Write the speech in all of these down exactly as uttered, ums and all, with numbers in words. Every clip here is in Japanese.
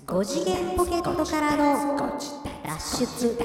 ご次元ポケットからの脱出。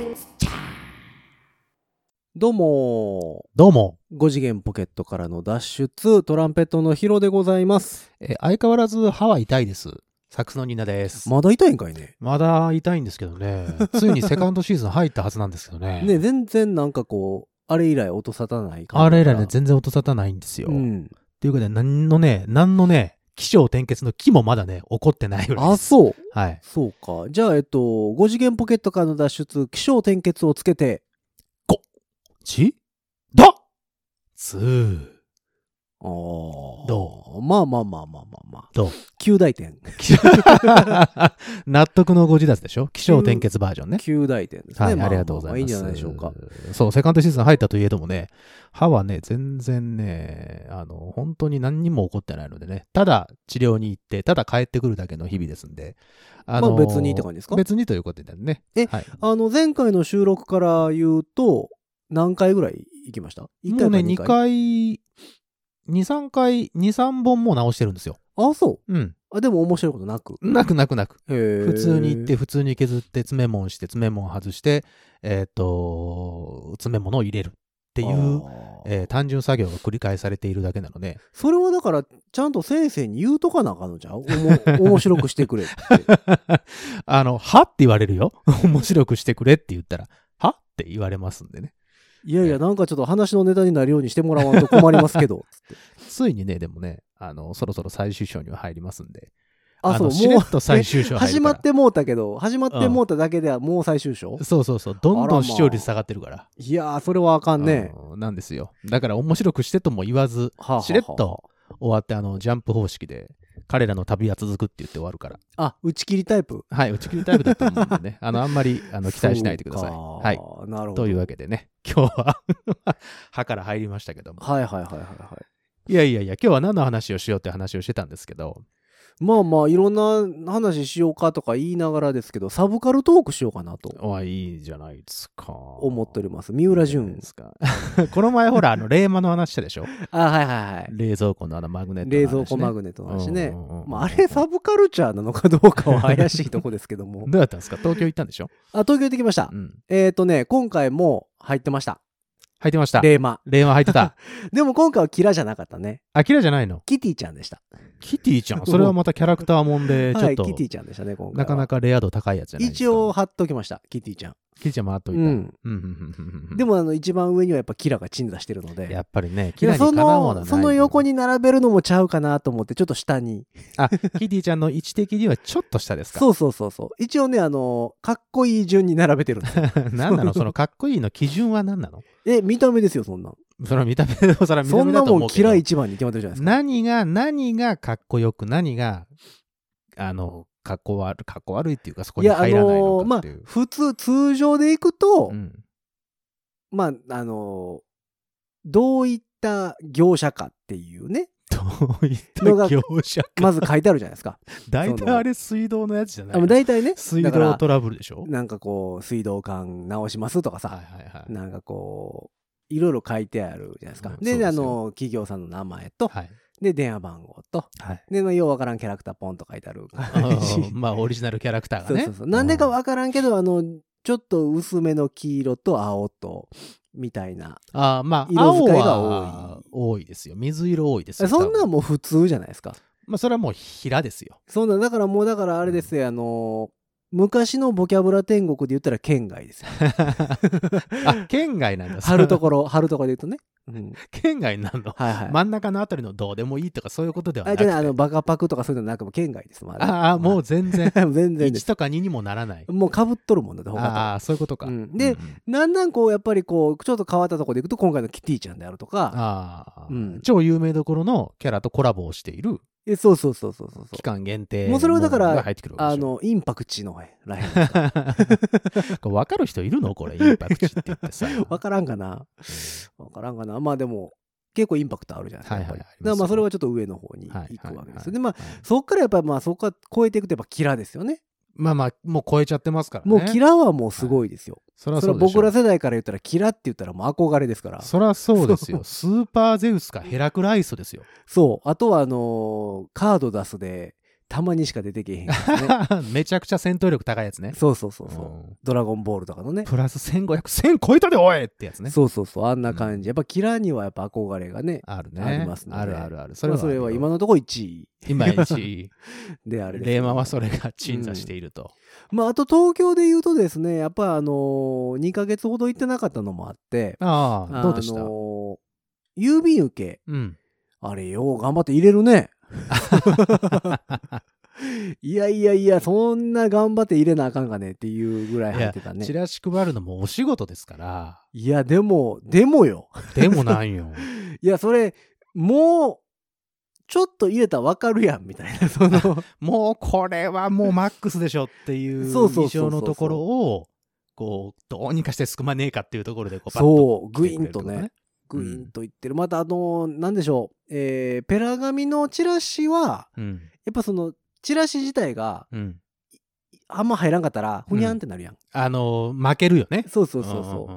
どうもどうも、 ご次元ポケットからの脱出、トランペットのヒロでございます。 えー相変わらず歯は痛いです。サックスのニーナです。 まだ痛いんかいね。 まだ痛いんですけどね。ついにセカンドシーズン入ったはずなんですけどね。 ね、全然なんかこうあれ以来音沙汰ない感じ。 あれ以来ね、全然音沙汰ないんですよ。 うん。 っていうかね、なんのね、なんのね、起承転結の木もまだね、起こってないぐらいです。 あ、そう。 はい。 そうか。じゃあ、えっと、ご次元ポケットからの脱出、起承転結をつけて、 ちだつー。 あーどまあまあまあまあまあまあ。 どうきゅう大点。 納得のご自立でしょ、起承転結バージョンね。 きゅう大点ですね。 はい、 まありがとうございます。 まあいいんじゃないでしょうか。 そう、セカンドシーズン入ったといえどもね、歯はね、全然ね、あの、本当に何にも起こってないのでね、ただ治療に行って、ただ帰ってくるだけの日々ですんで、あのーまあ別にって感じですか？別にということでね。 えはい、 あの、前回の収録から言うと、何回ぐらい行きました？いっかいかもうね、にかい、に、さんかい、に、さんぼんも直してるんですよ。 あ、そう。 うん。 あ、でも面白いことなく。 なくなくなく。 へ普通に行って、普通に削って、詰め物して、詰め物外して、えっ、と、詰め物を入れるっていう、えー単純作業が繰り返されているだけなので。 それはだから、ちゃんと先生に言うとかなあかんのじゃん。おも面白くしてくれって。 あの、はって言われるよ。面白くしてくれって言ったら、はって言われますんでね。 いやいや、なんかちょっと話のネタになるようにしてもらわんと困りますけど。 ついにね、でもね、あの、そろそろ最終章には入りますんで。 あ、そう、もう、 しれっと最終章入るから始まってもうたけど、始まってもうただけではもう最終章、 うん、そうそうそう。どんどん視聴率下がってるから。 いやー、それはあかんね。 なんですよ。だから面白くしてとも言わず、はあはあ、しれっと終わって、あの、ジャンプ方式で、彼らの旅は続くって言って終わるから。 あ、打ち切りタイプ。 はい、打ち切りタイプだと思うんでね。あの、あんまりあの期待しないでください。はい。 なるほど。 というわけでね、今日は歯から入りましたけども。 はいはいはいはいはい。 いやいやいや、今日は何の話をしようって話をしてたんですけど。 まあまあ、いろんな話しようかとか言いながらですけど、サブカルトークしようかなと。 あ、いいじゃないですか。 思っております。三浦淳。 ですか。この前ほら、あの、冷マの話したでしょ。 あ、はいはいはい。 冷蔵庫のあのマグネットの話、ね。 冷蔵庫マグネットの話ね。まあ、あれサブカルチャーなのかどうかは怪しいとこですけども。 どうやったんですか？東京行ったんでしょ？ あ、東京行ってきました。うん、えっ、ー、とね、今回も入ってました。 入ってました。 レーマ。 レーマ入ってた。 でも今回はキラじゃなかったね。 あ、キラじゃないの？ キティちゃんでした。 キティちゃんそれはまたキャラクターもんで、ちょっと、はい、 キティちゃんでしたね、今回は。 なかなかレア度高いやつじゃないですか。 一応貼っときました、キティちゃん。 キティちゃんも貼っといた。うん。 でも、あの、一番上にはやっぱキラが鎮座してるので。 やっぱりね、キラにかなうものはない。 その横に並べるのもちゃうかなと思って、ちょっと下に。 あ、キティちゃんの位置的にはちょっと下ですか？ そうそうそうそう。一応ね、あの、かっこいい順に並べてるんですよ。 何なのそのかっこいいの基準は何なの？ え、見た目ですよ、そんなん。 それは見た目でそれは見た目だと思うけど。そんなもんキラ一番に決まってるじゃないですか。 何が、何がかっこよく、何が、あの、かっこ悪い、かっこ悪いっていうか、そこに入らないのかっていう。 いや、あのー、まあ、普通、通常でいくと、 うん、 まあ、あのー、どういった業者かっていうね。 どういった業者か。 まず書いてあるじゃないですか。 大体あれ水道のやつじゃないの？ 大体ね。 水道トラブルでしょ？ なんかこう、水道管直しますとかさ。 はいはいはい、 なんかこう、いろいろ書いてあるじゃないですか。うん、で、であの、企業さんの名前と、はい、で、電話番号と、はい、で、まあ、ようわからんキャラクターポンと書いてある感じ。 まあ、オリジナルキャラクターがね。 そうそうそう。なんでかわからんけど、あの、ちょっと薄めの黄色と青と、みたいな。 ああ、まあ、 色使いが多い。多いですよ。水色多いですよ。 そんなんもう普通じゃないですか。 まあ、それはもう平ですよ。 そんな、だからもう、だからあれですよ、あの、昔のボキャブラ天国で言ったら県外ですよ。 あ、県外なんだ。 貼るところ、貼るところで言うとね。 うん、県外になるの、はいはい、真ん中のあたりのどうでもいいとかそういうことではなくて。 あ、じゃあ、あの、バカパクとかそういうのなくも県外です。まあ、ああ、もう全然。 全然です。 いちとかににもならない。 もう被っとるもんだって、他と。 ああ、そういうことか。 うん、で、うんうん、だんだんこう、やっぱりこう、ちょっと変わったところでいくと、今回のキティちゃんであるとか。 ああ、うん、超有名どころのキャラとコラボをしている。 え、そうそうそうそうそう。 期間限定。 もうそれはだから、 入ってくるあの、インパクチのらへん。 分かる人いるのこれ、インパクチって言ってさ。 分からんかな。分からんかな。まあでも、結構インパクトあるじゃないですか。はいはい、だからまあそれはちょっと上の方に行くわけですよ。で、まあ、そっからやっぱりまあそこから超えていくとやっぱキラですよね。 まあまあ、もう超えちゃってますからね。 もうキラはもうすごいですよ。はい、それはそうでしょう。それは僕ら世代から言ったらキラって言ったらもう憧れですから。 そりゃそうですよ。スーパーゼウスかヘラクライソですよ。 そう。あとはあのー、カード出すで、 たまにしか出てけへんやつね。 めちゃくちゃ戦闘力高いやつね。 そうそうそうそう、 うん、 ドラゴンボールとかのね。 プラスせんごひゃく、せん超えたでおいってやつね。 そうそうそう、あんな感じ。やっぱキラにはやっぱ憧れがね、 あるね。 ありますので。 あるあるある。 それは、それは今のところいちい。 今いちい。 であれです、 レーマはそれが鎮座していると。 うん、まあ、あと東京で言うとですね、やっぱあのー、にかげつほど行ってなかったのもあって、 ああ、どうでした？ あのー、郵便受け、 うん、あれよ、頑張って入れるね。いやいやいや、そんな頑張って入れなあかんかねっていうぐらい入ってたね。 チラシ配るのもお仕事ですから。 いや、でも、でもよ。 でもなんよ。 いや、それ、もう、ちょっと入れたらわかるやん、みたいな。そのもうこれはもうマックスでしょっていう印象のところを、こう、どうにかしてすくまねえかっていうところでこう、パッと、 そう、グイーンとね。グイーンといってる。また、あの、なんでしょう。えー、ペラ紙のチラシは、うん、やっぱその、チラシ自体が、うん、あんま入らんかったら、ふにゃんってなるやん。うん、 あのー、負けるよね。 そうそうそうそう。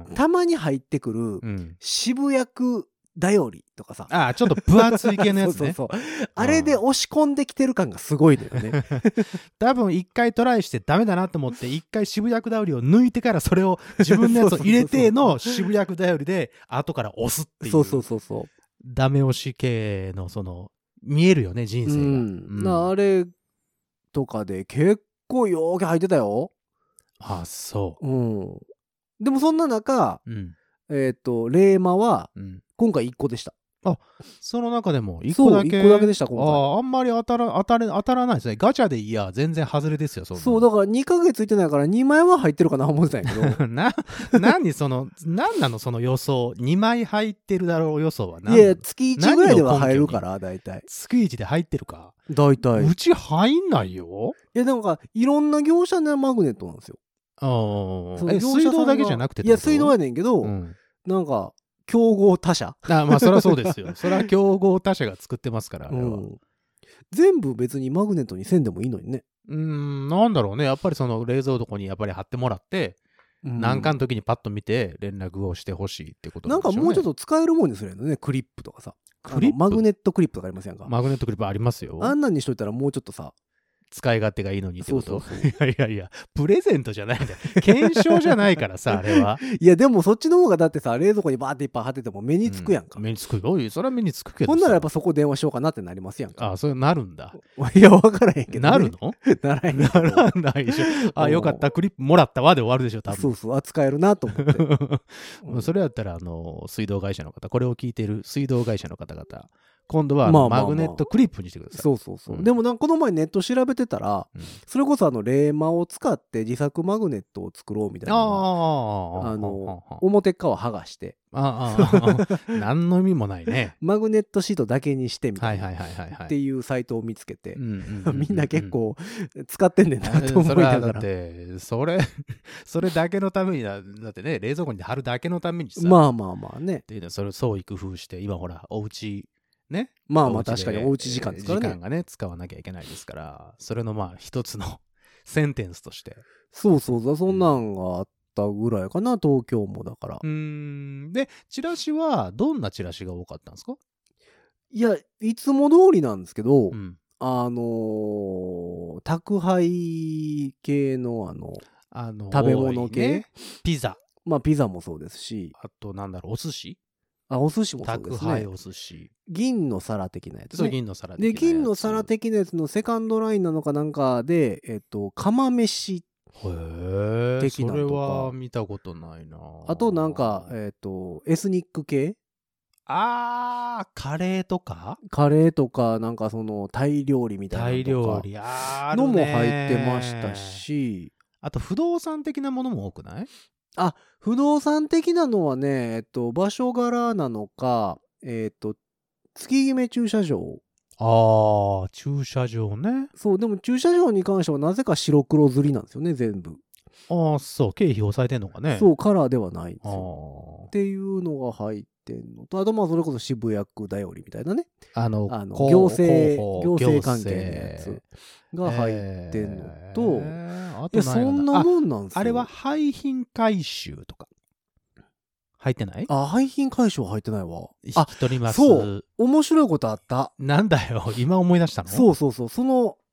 たまに入ってくる、うん、渋谷区だよりとかさ。 ああ、ちょっと分厚い系のやつね。 そうそうそう。あれで押し込んできてる感がすごいのよね。 多分一回トライしてダメだなと思って、一回渋谷区だよりを抜いてからそれを自分のやつを入れての渋谷区だよりで、後から押すっていう。 そうそうそうそう。 ダメ押し系のその、見えるよね、人生が。うんうん、あれとかで結構よーけ入ってたよ。 ああ、そう。 うん。でもそんな中、うん、えっと、レーマは、今回いっこでした。 あ、その中でもいっこだけ。 そう、いっこだけでした、今回。 ああ、あんまり当たら、当たれ、当たらないですね。ガチャでいや、全然外れですよ、そんな。 そう、だからにかげついってないからにまいは入ってるかな思ってたんやけど。 な、何その、何なのその予想。にまい入ってるだろう予想は何？ いや、月いちぐらいでは入るから、大体。 月いちで入ってるか。 大体。 うち入んないよ。 いや、なんか、いろんな業者のマグネットなんですよ。 ああ。え、水道だけじゃなくて？ いや、水道やねんけど、うん、なんか、競合他社。 あ、まあそりゃそうですよ。それは競合他社が作ってますから、あれは、うん、 全部別にマグネットにせんでもいいのにね。 うーん、なんだろうね。やっぱりその冷蔵庫にやっぱり貼ってもらって、うん、なんかの時にパッと見て連絡をしてほしいってことなんでしょうね。 なんかもうちょっと使えるもんにするのね。クリップとかさ。クリップ？マグネットクリップとかありませんか？ マグネットクリップありますよ。 あんなんにしといたらもうちょっとさ、 使い勝手がいいのにってこと？ そうそうそう。 いやいやいや、プレゼントじゃないんだよ。検証じゃないからさ、あれは。 いや、でもそっちの方がだってさ、冷蔵庫にバーっていっぱい貼ってても目につくやんか。 うん、目につくよ。それは目につくけど。 ほんならやっぱそこ電話しようかなってなりますやんか。 ああ、そうなるんだ。 いや、わからへんけど、ね。 なるの？ ならへん。 ならないでしょ。あ、よかった。クリップもらったわで終わるでしょ、多分。 そうそう、扱えるなと思って。 うん、それやったら、あの、水道会社の方、これを聞いている水道会社の方々、今度はマグネットクリップにしてください。 そうそうそう。うん、でもなんかこの前ネット調べてたら、うん、それこそあのレーマを使って自作マグネットを作ろうみたいなのが、あの表側剥がして、 ああ何の意味もないね。 マグネットシートだけにしてみたいなっていうサイトを見つけて、みんな結構使ってんねんなと思いながら。 だってそれそれだけのためにだってね、冷蔵庫に貼るだけのためにさ、 まあまあまあね。 っていうのはそれを創意工夫して今ほらお家ね、 まあまあ確かにおうち時間ですからね。 時間がね使わなきゃいけないですから、それのまあ一つのセンテンスとして。 そうそう、そんなんがあったぐらいかな、東京もだから。 うーん。で、チラシはどんなチラシが多かったんですか？ いや、いつも通りなんですけど、うん、あのー、宅配系のあの、あの食べ物系、ね、 ピザ。 まあピザもそうですし。 あとなんだろう、お寿司？ あ、お寿司もそうですね。 宅配お寿司。 銀の皿的なやつね。 そう、銀の皿的なやつ。 で、銀の皿的なやつのセカンドラインなのかなんかで、えっと、釜飯的なのとか。 それは見たことないな。 あとなんか、えっと、エスニック系？ あー、カレーとか？ カレーとか、なんかその、タイ料理みたいなのとか。 タイ料理、あー、 のも入ってましたし。 あと、不動産的なものも多くない？ あ、不動産的なのはね、えっと、場所柄なのか、えっと、月決め駐車場。 ああ、駐車場ね。 そう、でも駐車場に関してはなぜか白黒刷りなんですよね、全部。 ああ、そう、経費抑えてんのかね。 そう、カラーではないんですよ。っていうのが入ってんのと、あとまあそれこそ渋谷区だよりみたいなね。 あの、 あの行政、行政関係のやつが入ってんのと、あとそんなもんなんですよ。 あれは廃品回収とか。入ってない？ あ、廃品回収は入ってないわ。 引き取ります。 そう。面白いことあった。 なんだよ、今思い出したの？ そうそうそう。その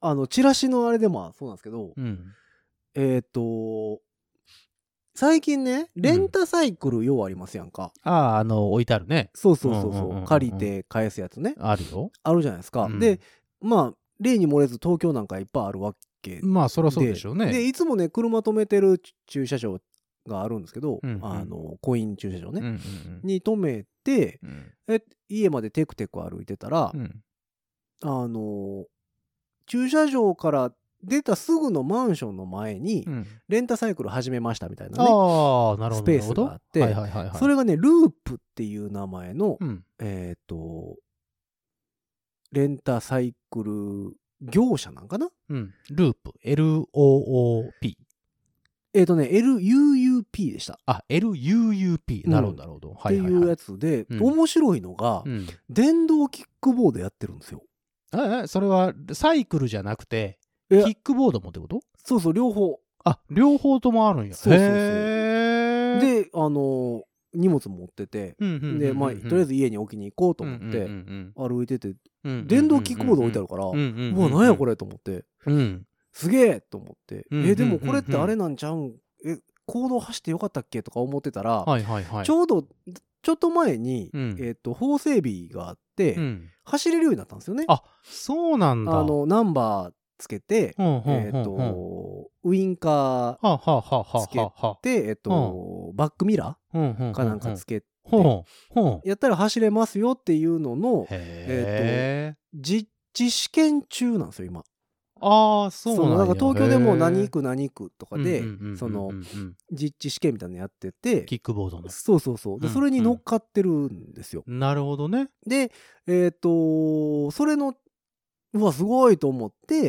あの、チラシのあれでもそうなんですけど、 うん、 えっ、ー、と、最近ね、レンタサイクルようありますやんか。 うん、ああ、あの、置いてあるね。 そうそうそうそう。借りて返すやつね。 あるよ。 あるじゃないですか。うん、で、まあ、例に漏れず東京なんかいっぱいあるわけで。 まあ、そりゃそうでしょうね。 で、いつもね、車止めてる駐車場があるんですけど、 うんうん、 あの、コイン駐車場ね。 うんうんうん、 に止めて、 うん、 え、家までテクテク歩いてたら、うん、あの、駐車場から出たすぐのマンションの前に、うん、レンタサイクル始めましたみたいなね、 あなるほどスペースがあって、はいはいはいはい、それがね、ループっていう名前の、うん、えっと、レンタサイクル業者なんかな、 うん、ループ、エルオーオーピー。 えっとね、エルユーユーピー でした。 あ、エルユーユーピー。なるほど、なるほど。 うん、っていうやつで、うん、面白いのが、うん、電動キックボードやってるんですよ。 え、それはサイクルじゃなくて、キックボードもってこと？ そうそう、両方。 あ、両方ともあるんや。 そうそうそう。で、あのー、荷物持ってて、で、まあ、とりあえず家に置きに行こうと思って、歩いてて、電動キックボード置いてあるから、うわ、なんやこれと思って、うん、すげえと思って、え、でもこれってあれなんちゃうん、え、公道走ってよかったっけとか思ってたら、はいはいはい、ちょうど、ちょっと前に、うん、えっと、法整備があって、うん、走れるようになったんですよね。 あ、そうなんだ。 あの、ナンバーつけて、えっと、ウインカーつけて、えっと、バックミラーかなんかつけて、やったら走れますよっていうのの、えっと、実地試験中なんですよ、今。 ああ、そうなんや。 なんか東京でも何区何区とかで、その、実地試験みたいなのやってて、 キックボードの。 そうそうそう。で、それに乗っかってるんですよ。 なるほどね。 で、えっと、それの、うわ、すごいと思って、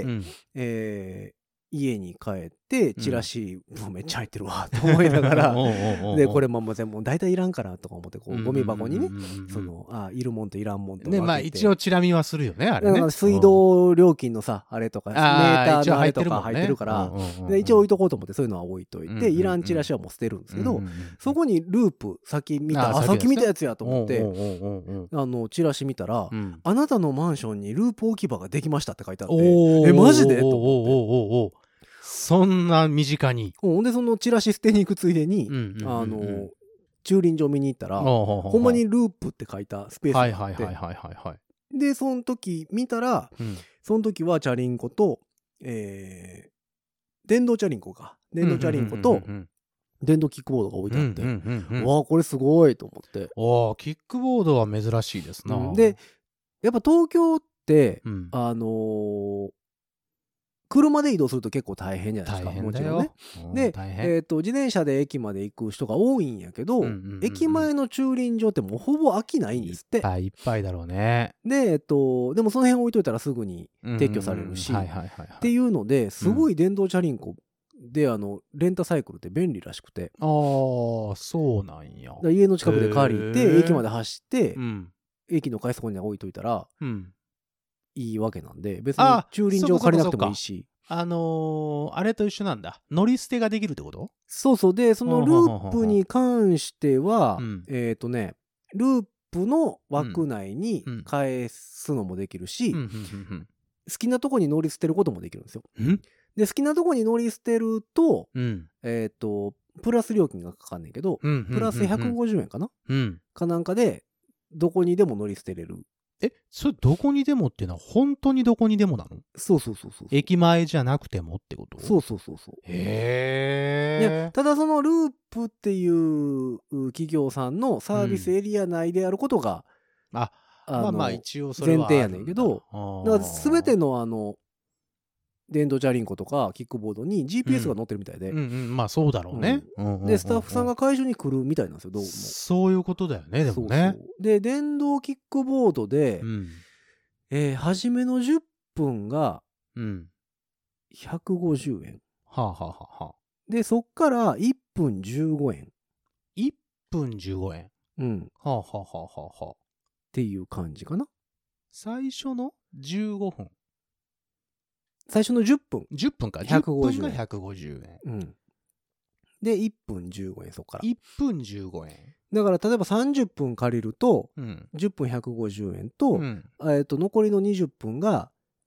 えー、家に帰ってチラシ、うん、めっちゃ入ってるわと思いながらでこれももう全部大体いらんからとか思ってこうゴミ箱にねそのあいるもんといらんもんと分けて、 ね、まあ一応チラ見はするよねあれね。 水道料金のさあれとかメーターのあれとか入ってるからで一応置いとこうと思ってそういうのは置いといていらんチラシはもう捨てるんですけどそこにループ先見たあさっき見たやつやと思ってあのチラシ見たらあなたのマンションにループ置き場ができましたって書いてあってえマジでと思って。 そんな身近に。 ほんでそのチラシ捨てに行くついでに、あの駐輪場見に行ったらほんまにループって書いたスペースがあってでその時見たら、うん、その時はチャリンコと、えー、電動チャリンコか電動チャリンコと電動キックボードが置いてあってわあこれすごいと思ってああキックボードは珍しいですな、 うん、でやっぱ東京って、うん、あのー車で移動すると結構大変じゃないですか。もちろんね。で、えーと、自転車で駅まで行く人が多いんやけど、うんうんうんうん、駅前の駐輪場ってもうほぼ空きないんですって。いっぱいいっぱいだろうね。 で、えっと、でもその辺置いといたらすぐに撤去されるし、っていうのですごい電動チャリンコで、あの、レンタサイクルって便利らしくて。 ああ、そうなんや。 家の近くで借りて、駅まで走って、うん、駅の改札に置いといたら、うんいいわけなんで別に駐輪場借りなくてもいいしあのー、あれと一緒なんだ乗り捨てができるってこと？ そうそうでそのループに関しては、うん、えっとねループの枠内に返すのもできるし、うん、好きなとこに乗り捨てることもできるんですよ。で好きなとこに乗り捨てると、うん、えっとプラス料金がかかんねんけど、プラスひゃくごじゅうえんかな、うん、かなんかでどこにでも乗り捨てれる。 え、それどこにでもっていうのは本当にどこにでもなの？ そうそうそうそう。 駅前じゃなくてもってこと？ そうそうそうそう。へえ。いや、ただそのループっていう企業さんのサービスエリア内であることが、 うん、あ、あまあまあ一応それは前提やねんけど、だから全てのあの電動チャリンコとかキックボードに ジーピーエス が載ってるみたいで、 うんうんうん、まあそうだろうね、 うん、でスタッフさんが会場に来るみたいなんですよどうも。 そういうことだよねでもね。そうそうで電動キックボードで、うんえー、初めのじゅっぷんがひゃくごじゅうえん、 はあはあはあはあ、 でそっからいっぷんじゅうごえん、 いっぷんじゅうごえん、 うんはあはあはあはあっていう感じかな。 最初のじゅうごふん、 最初のじゅっぷん。 じゅっぷんか。ひゃくごじゅうえん。じゅっぷんがひゃくごじゅうえん。うん。 で、いっぷんじゅうごえん、そっから。 いっぷんじゅうごえん。 だから、例えばさんじゅっぷん借りると、うん、じゅっぷんひゃくごじゅうえんと、うん、えっと、残りのにじゅっぷんが、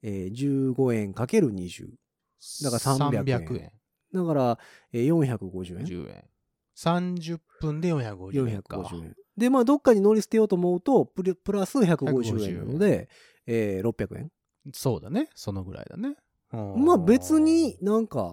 えー、じゅうごえんかけるにじゅう。だからさんびゃくえん。さんびゃくえん。だから、えー、よんひゃくごじゅうえん。 じゅうえん。さんじゅっぷんでよんひゃくごじゅうえんか。よんひゃくごじゅうえん。 で、まあ、どっかに乗り捨てようと思うと、ププラスひゃくごじゅうえんなので、えー、ろっぴゃくえん。 そうだね。そのぐらいだね。 まあ、別になんか、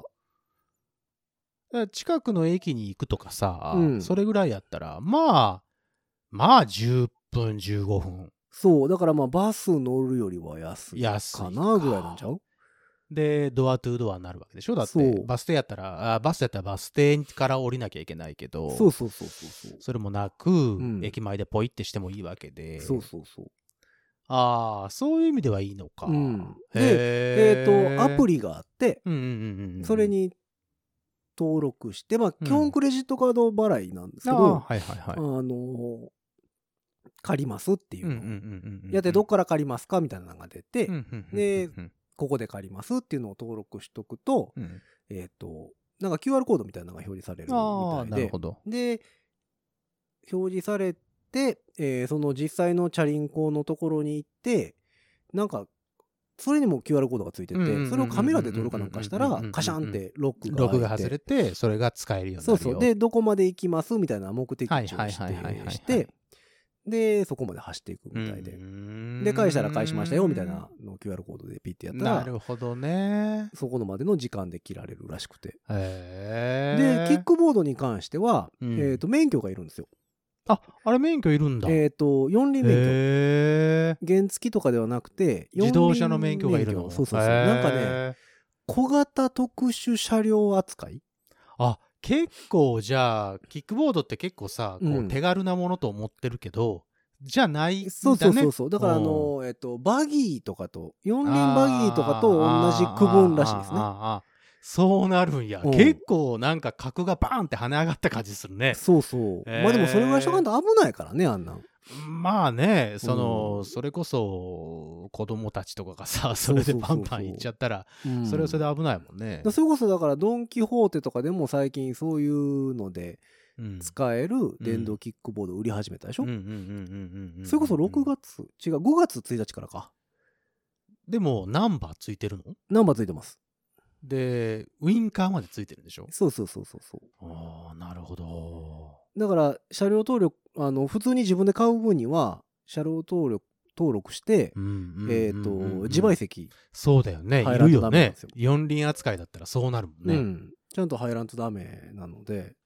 近くの駅に行くとかさ、うん、それぐらいやったら、まあ、まあじゅっぷん、じゅうごふん。 そう、だからまあバス乗るよりは安いかなぐらいなんちゃう？ で、ドアトゥードアになるわけでしょ？だって、バス停やったら、あバスやったらバス停から降りなきゃいけないけど、 そうそうそうそうそう。 それもなく、うん、駅前でポイってしてもいいわけで。 そうそうそう。 ああ、そういう意味ではいいのか。うん、 で、えっと、アプリがあって、それに登録して、まあ、基本クレジットカード払いなんですけど、 はいはいはい。 あの、借りますっていうのをやって、どっから借りますかみたいなのが出て、で、ここで借りますっていうのを登録しとくと、うん、えっと、なんか キューアール コードみたいなのが表示されるみたいで、 なるほど。 で、表示されて、えー、その実際のチャリンコのところに行って、なんか、それにも キューアール コードがついてて、それをカメラで撮るかなんかしたら、カシャンってロックがロックが外れて、それが使えるようになるよ。 そうそう。で、どこまで行きますみたいな目的地を指定して、で、そこまで走っていくみたいで。で、返したら返しましたよみたいなのを キューアール コードでピッてやったら、 なるほどね。 そこのまでの時間で切られるらしくて。 へで、キックボードに関しては、うん、えっと、免許がいるんですよ。 あ、あれ免許いるんだ。 えっと、四輪免許。原付とかではなくて、 自動車の免許がいるの？ そうそうそう。なんかね、小型特殊車両扱い？ あ、結構じゃあ、キックボードって結構さ、こう手軽なものと思ってるけど、うん、じゃないんだね。 そうそうそうそう。だからあの、えっと、バギーとかと、四輪バギーとかと同じ区分らしいですね。 そうなるんや、うん。結構なんか角がバーンって跳ね上がった感じするね。 そうそう。えー、まあでもそれぐらいしとかんと危ないからね、あんなん。 まあね、その、うん、それこそ子供たちとかがさ、それでパンパンいっちゃったら、それはそれで危ないもんね。 それこそだからドン・キホーテとかでも最近そういうので使える電動キックボード売り始めたでしょ？それこそろくがつ、違う、ごがつついたちからか。 でもナンバーついてるの？ ナンバーついてます。 で、ウインカーまでついてるんでしょ？ そうそうそうそうそう。 ああ、なるほど。 だから車両登録、あの普通に自分で買う分には車両登録登録して、えっと自賠責。 そうだよね。いるよね。四輪扱いだったらそうなるもんね。うん、 ちゃんと入らんとダメなので。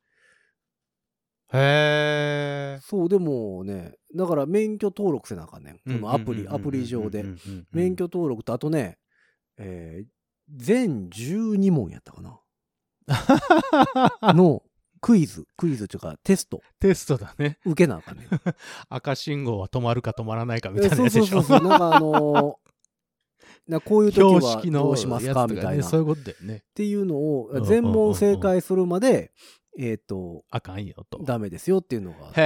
へえ。 そう、でもね、だから免許登録せなあかんねん。このアプリ、アプリ上で。免許登録と、あとね、えー、全じゅうにもんやったかな。のクイズ、クイズというかテスト。 テストだね。 受けなあかんねん。 赤信号は止まるか止まらないかみたいなやつでしょ。 そうそうそう。なんかあのー、なこういう時はどうしますかみたいな。 そういうことだよね。 っていうのを全問正解するまで、えっと、 あかんよと。 ダメですよっていうのがあって、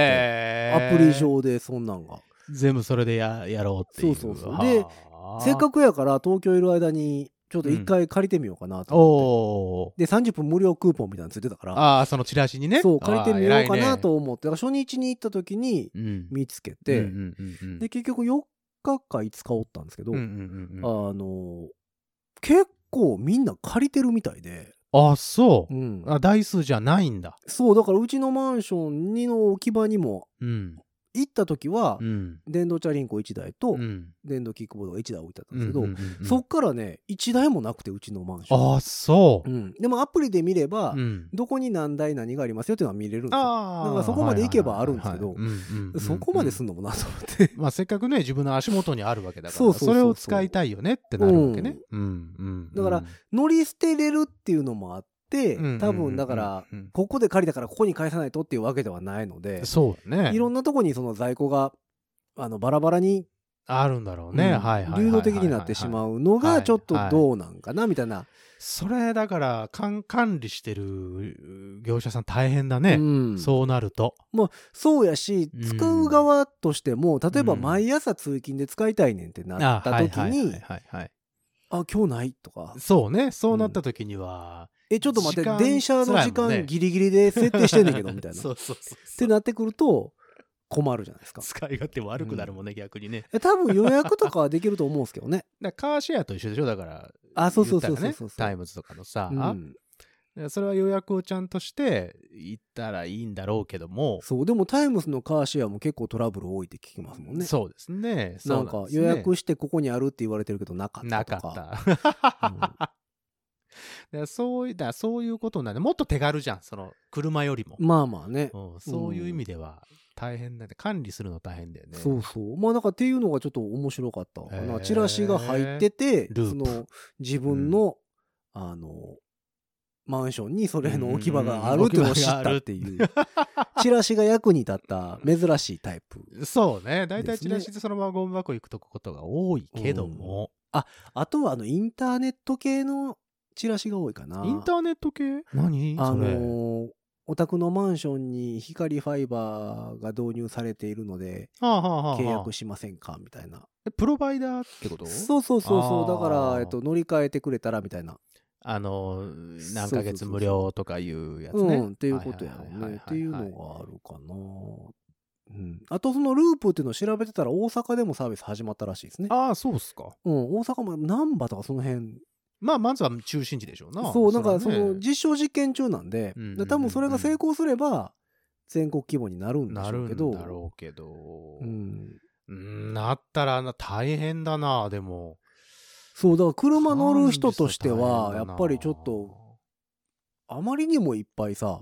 アプリ上でそんなんが。 全部それで や, やろうっていう。 そうそうそう。で、せっかくやから東京いる間に、ちょっと一回借りてみようかなと思って、うん、でさんじゅっぷん無料クーポンみたいなのついてたから、 ああそのチラシにね、 そう借りてみようかなと思って、ね、初日に行った時に見つけて、で結局よっかかいつかおったんですけど、うんうんうんうん、あの結構みんな借りてるみたいで、 あそう、うん、あ台数じゃないんだ。 そうだからうちのマンションにの置き場にも、うん行った時は、うん、電動チャリンコいちだいと、うん、電動キックボードがいちだい置いてあったんですけど、うんうんうんうん、そっからねいちだいもなくてうちのマンション。 あそう、 うん、でもアプリで見れば、うん、どこに何台何がありますよっていうのは見れるんですよ。だからそこまで行けばあるんですけど、そこまですんのもなと思って、 まあせっかくね自分の足元にあるわけだからそうそうそうそう、それを使いたいよねってなるわけね、うんうんうん、 だから乗り捨てれるっていうのもあって多分だからここで借りたからここに返さないとっていうわけではないので、 そうね、 いろんなとこにその在庫があのバラバラにあるんだろうね、うん、はいはい、 流動的になってしまうのがちょっとどうなんかなみたいな、 それだから管理してる業者さん大変だね、うん、そうなるともうそうやし、使う側としても例えば毎朝通勤で使いたいねんってなった時にあ今日ないとか、 そうね、そうなった時には、 うん、えちょっと待って電車の時間ギリギリで設定してんねんけどみたいなそうそうそうそうってなってくると困るじゃないですか。 使い勝手悪くなるもんね、うん、逆にね。 多分予約とかはできると思うんですけどね。 だカーシェアと一緒でしょだから。 あ、そうそうそうそうそう、 ね、タイムズとかのさ、うん、 それは予約をちゃんとして行ったらいいんだろうけども。 そう、でもタイムズのカーシェアも結構トラブル多いって聞きますもんね。 そうですね。 なんか予約してここにあるって言われてるけどなかったとか。 なかった。うん、だからそうい、だからそういうことなんで、もっと手軽じゃん、その車よりも。 まあまあね。 うん、そういう意味では大変なんで、管理するの大変だよね。 そうそう。まあなんかっていうのがちょっと面白かったかな。チラシが入ってて、その自分の、うん、あの、マンションにそれの置き場があるっていうのを知ったっていう。チラシが役に立った珍しいタイプ。 そうね。だいたいチラシでそのままゴミ箱行くとことが多いけども。 うん、あ、あとはあのインターネット系のチラシが多いかな。 インターネット系？何？ あのー、お宅のマンションに光ファイバーが導入されているので、 はあはあはあ、 契約しませんかみたいな。 プロバイダーってこと？ そうそうそうそう。だから、えっと、乗り換えてくれたらみたいな。 あの何ヶ月無料とかいうやつね。 うん、っていうことやろうね。っていうのがあるかな。うん。あとそのループっていうのを調べてたら大阪でもサービス始まったらしいですね。 ああ、そうっすか。 うん、大阪も難波とかその辺。 まあまずは中心地でしょうな。 そう、なんかその実証実験中なんで、多分それが成功すれば全国規模になるんでしょうけど。 なるんだろうけど。 うん。 うん、なったら大変だな、でも。 そう、だから車乗る人としては、やっぱりちょっと、あまりにもいっぱいさ、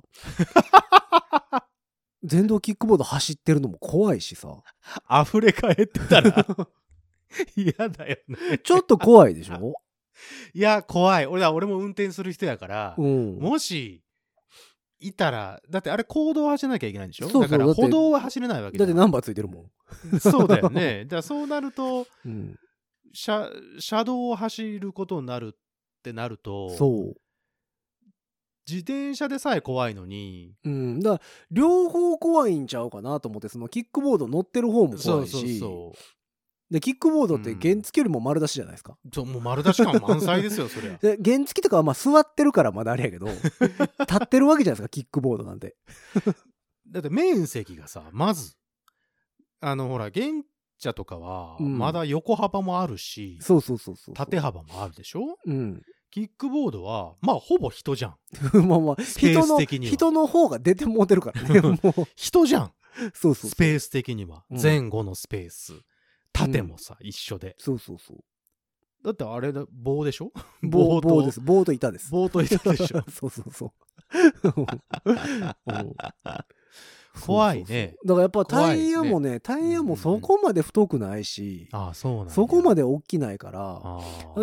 電動キックボード走ってるのも怖いしさ。 溢れ返ってたら嫌だよね。 ちょっと怖いでしょ？ いや、怖い。俺だ、俺も運転する人やから、 うん、 もし、いたら、だってあれ公道を走らなきゃいけないんでしょ？そうそう、だから歩道は走れないわけだってナンバーついてるもん。そうだよね。だからそうなると、 うん車、車道を走ることになるってなると、 そう。 自転車でさえ怖いのに。 うん。だから、両方怖いんちゃうかなと思って、そのキックボード乗ってる方も怖いし。そうそうそう。で、キックボードって原付よりも丸出しじゃないですか。 うん、そう、もう丸出し感満載ですよ、そりゃ。 で、原付とかはまあ座ってるからまだあれやけど、立ってるわけじゃないですか、キックボードなんて。 だって面積がさ、まず、あの、ほら、原車とかは、まだ横幅もあるし、 うん、そうそうそうそう。 縦幅もあるでしょ？ うん。 キックボードは、まあ、ほぼ人じゃん。 まあまあ、人の、人の方が出てもうてるからね。もう人じゃん。 そうそうそう。 スペース的には。うん、前後のスペース。縦もさ、うん、一緒で。 そうそうそう。 だってあれだ、棒でしょ？ 棒、棒です。棒と板です。 棒と板でしょ？ そうそうそう。 怖いね。 だからやっぱタイヤもね、タイヤもそこまで太くないし、 ああ、そうなんだ。 そこまで大きないから、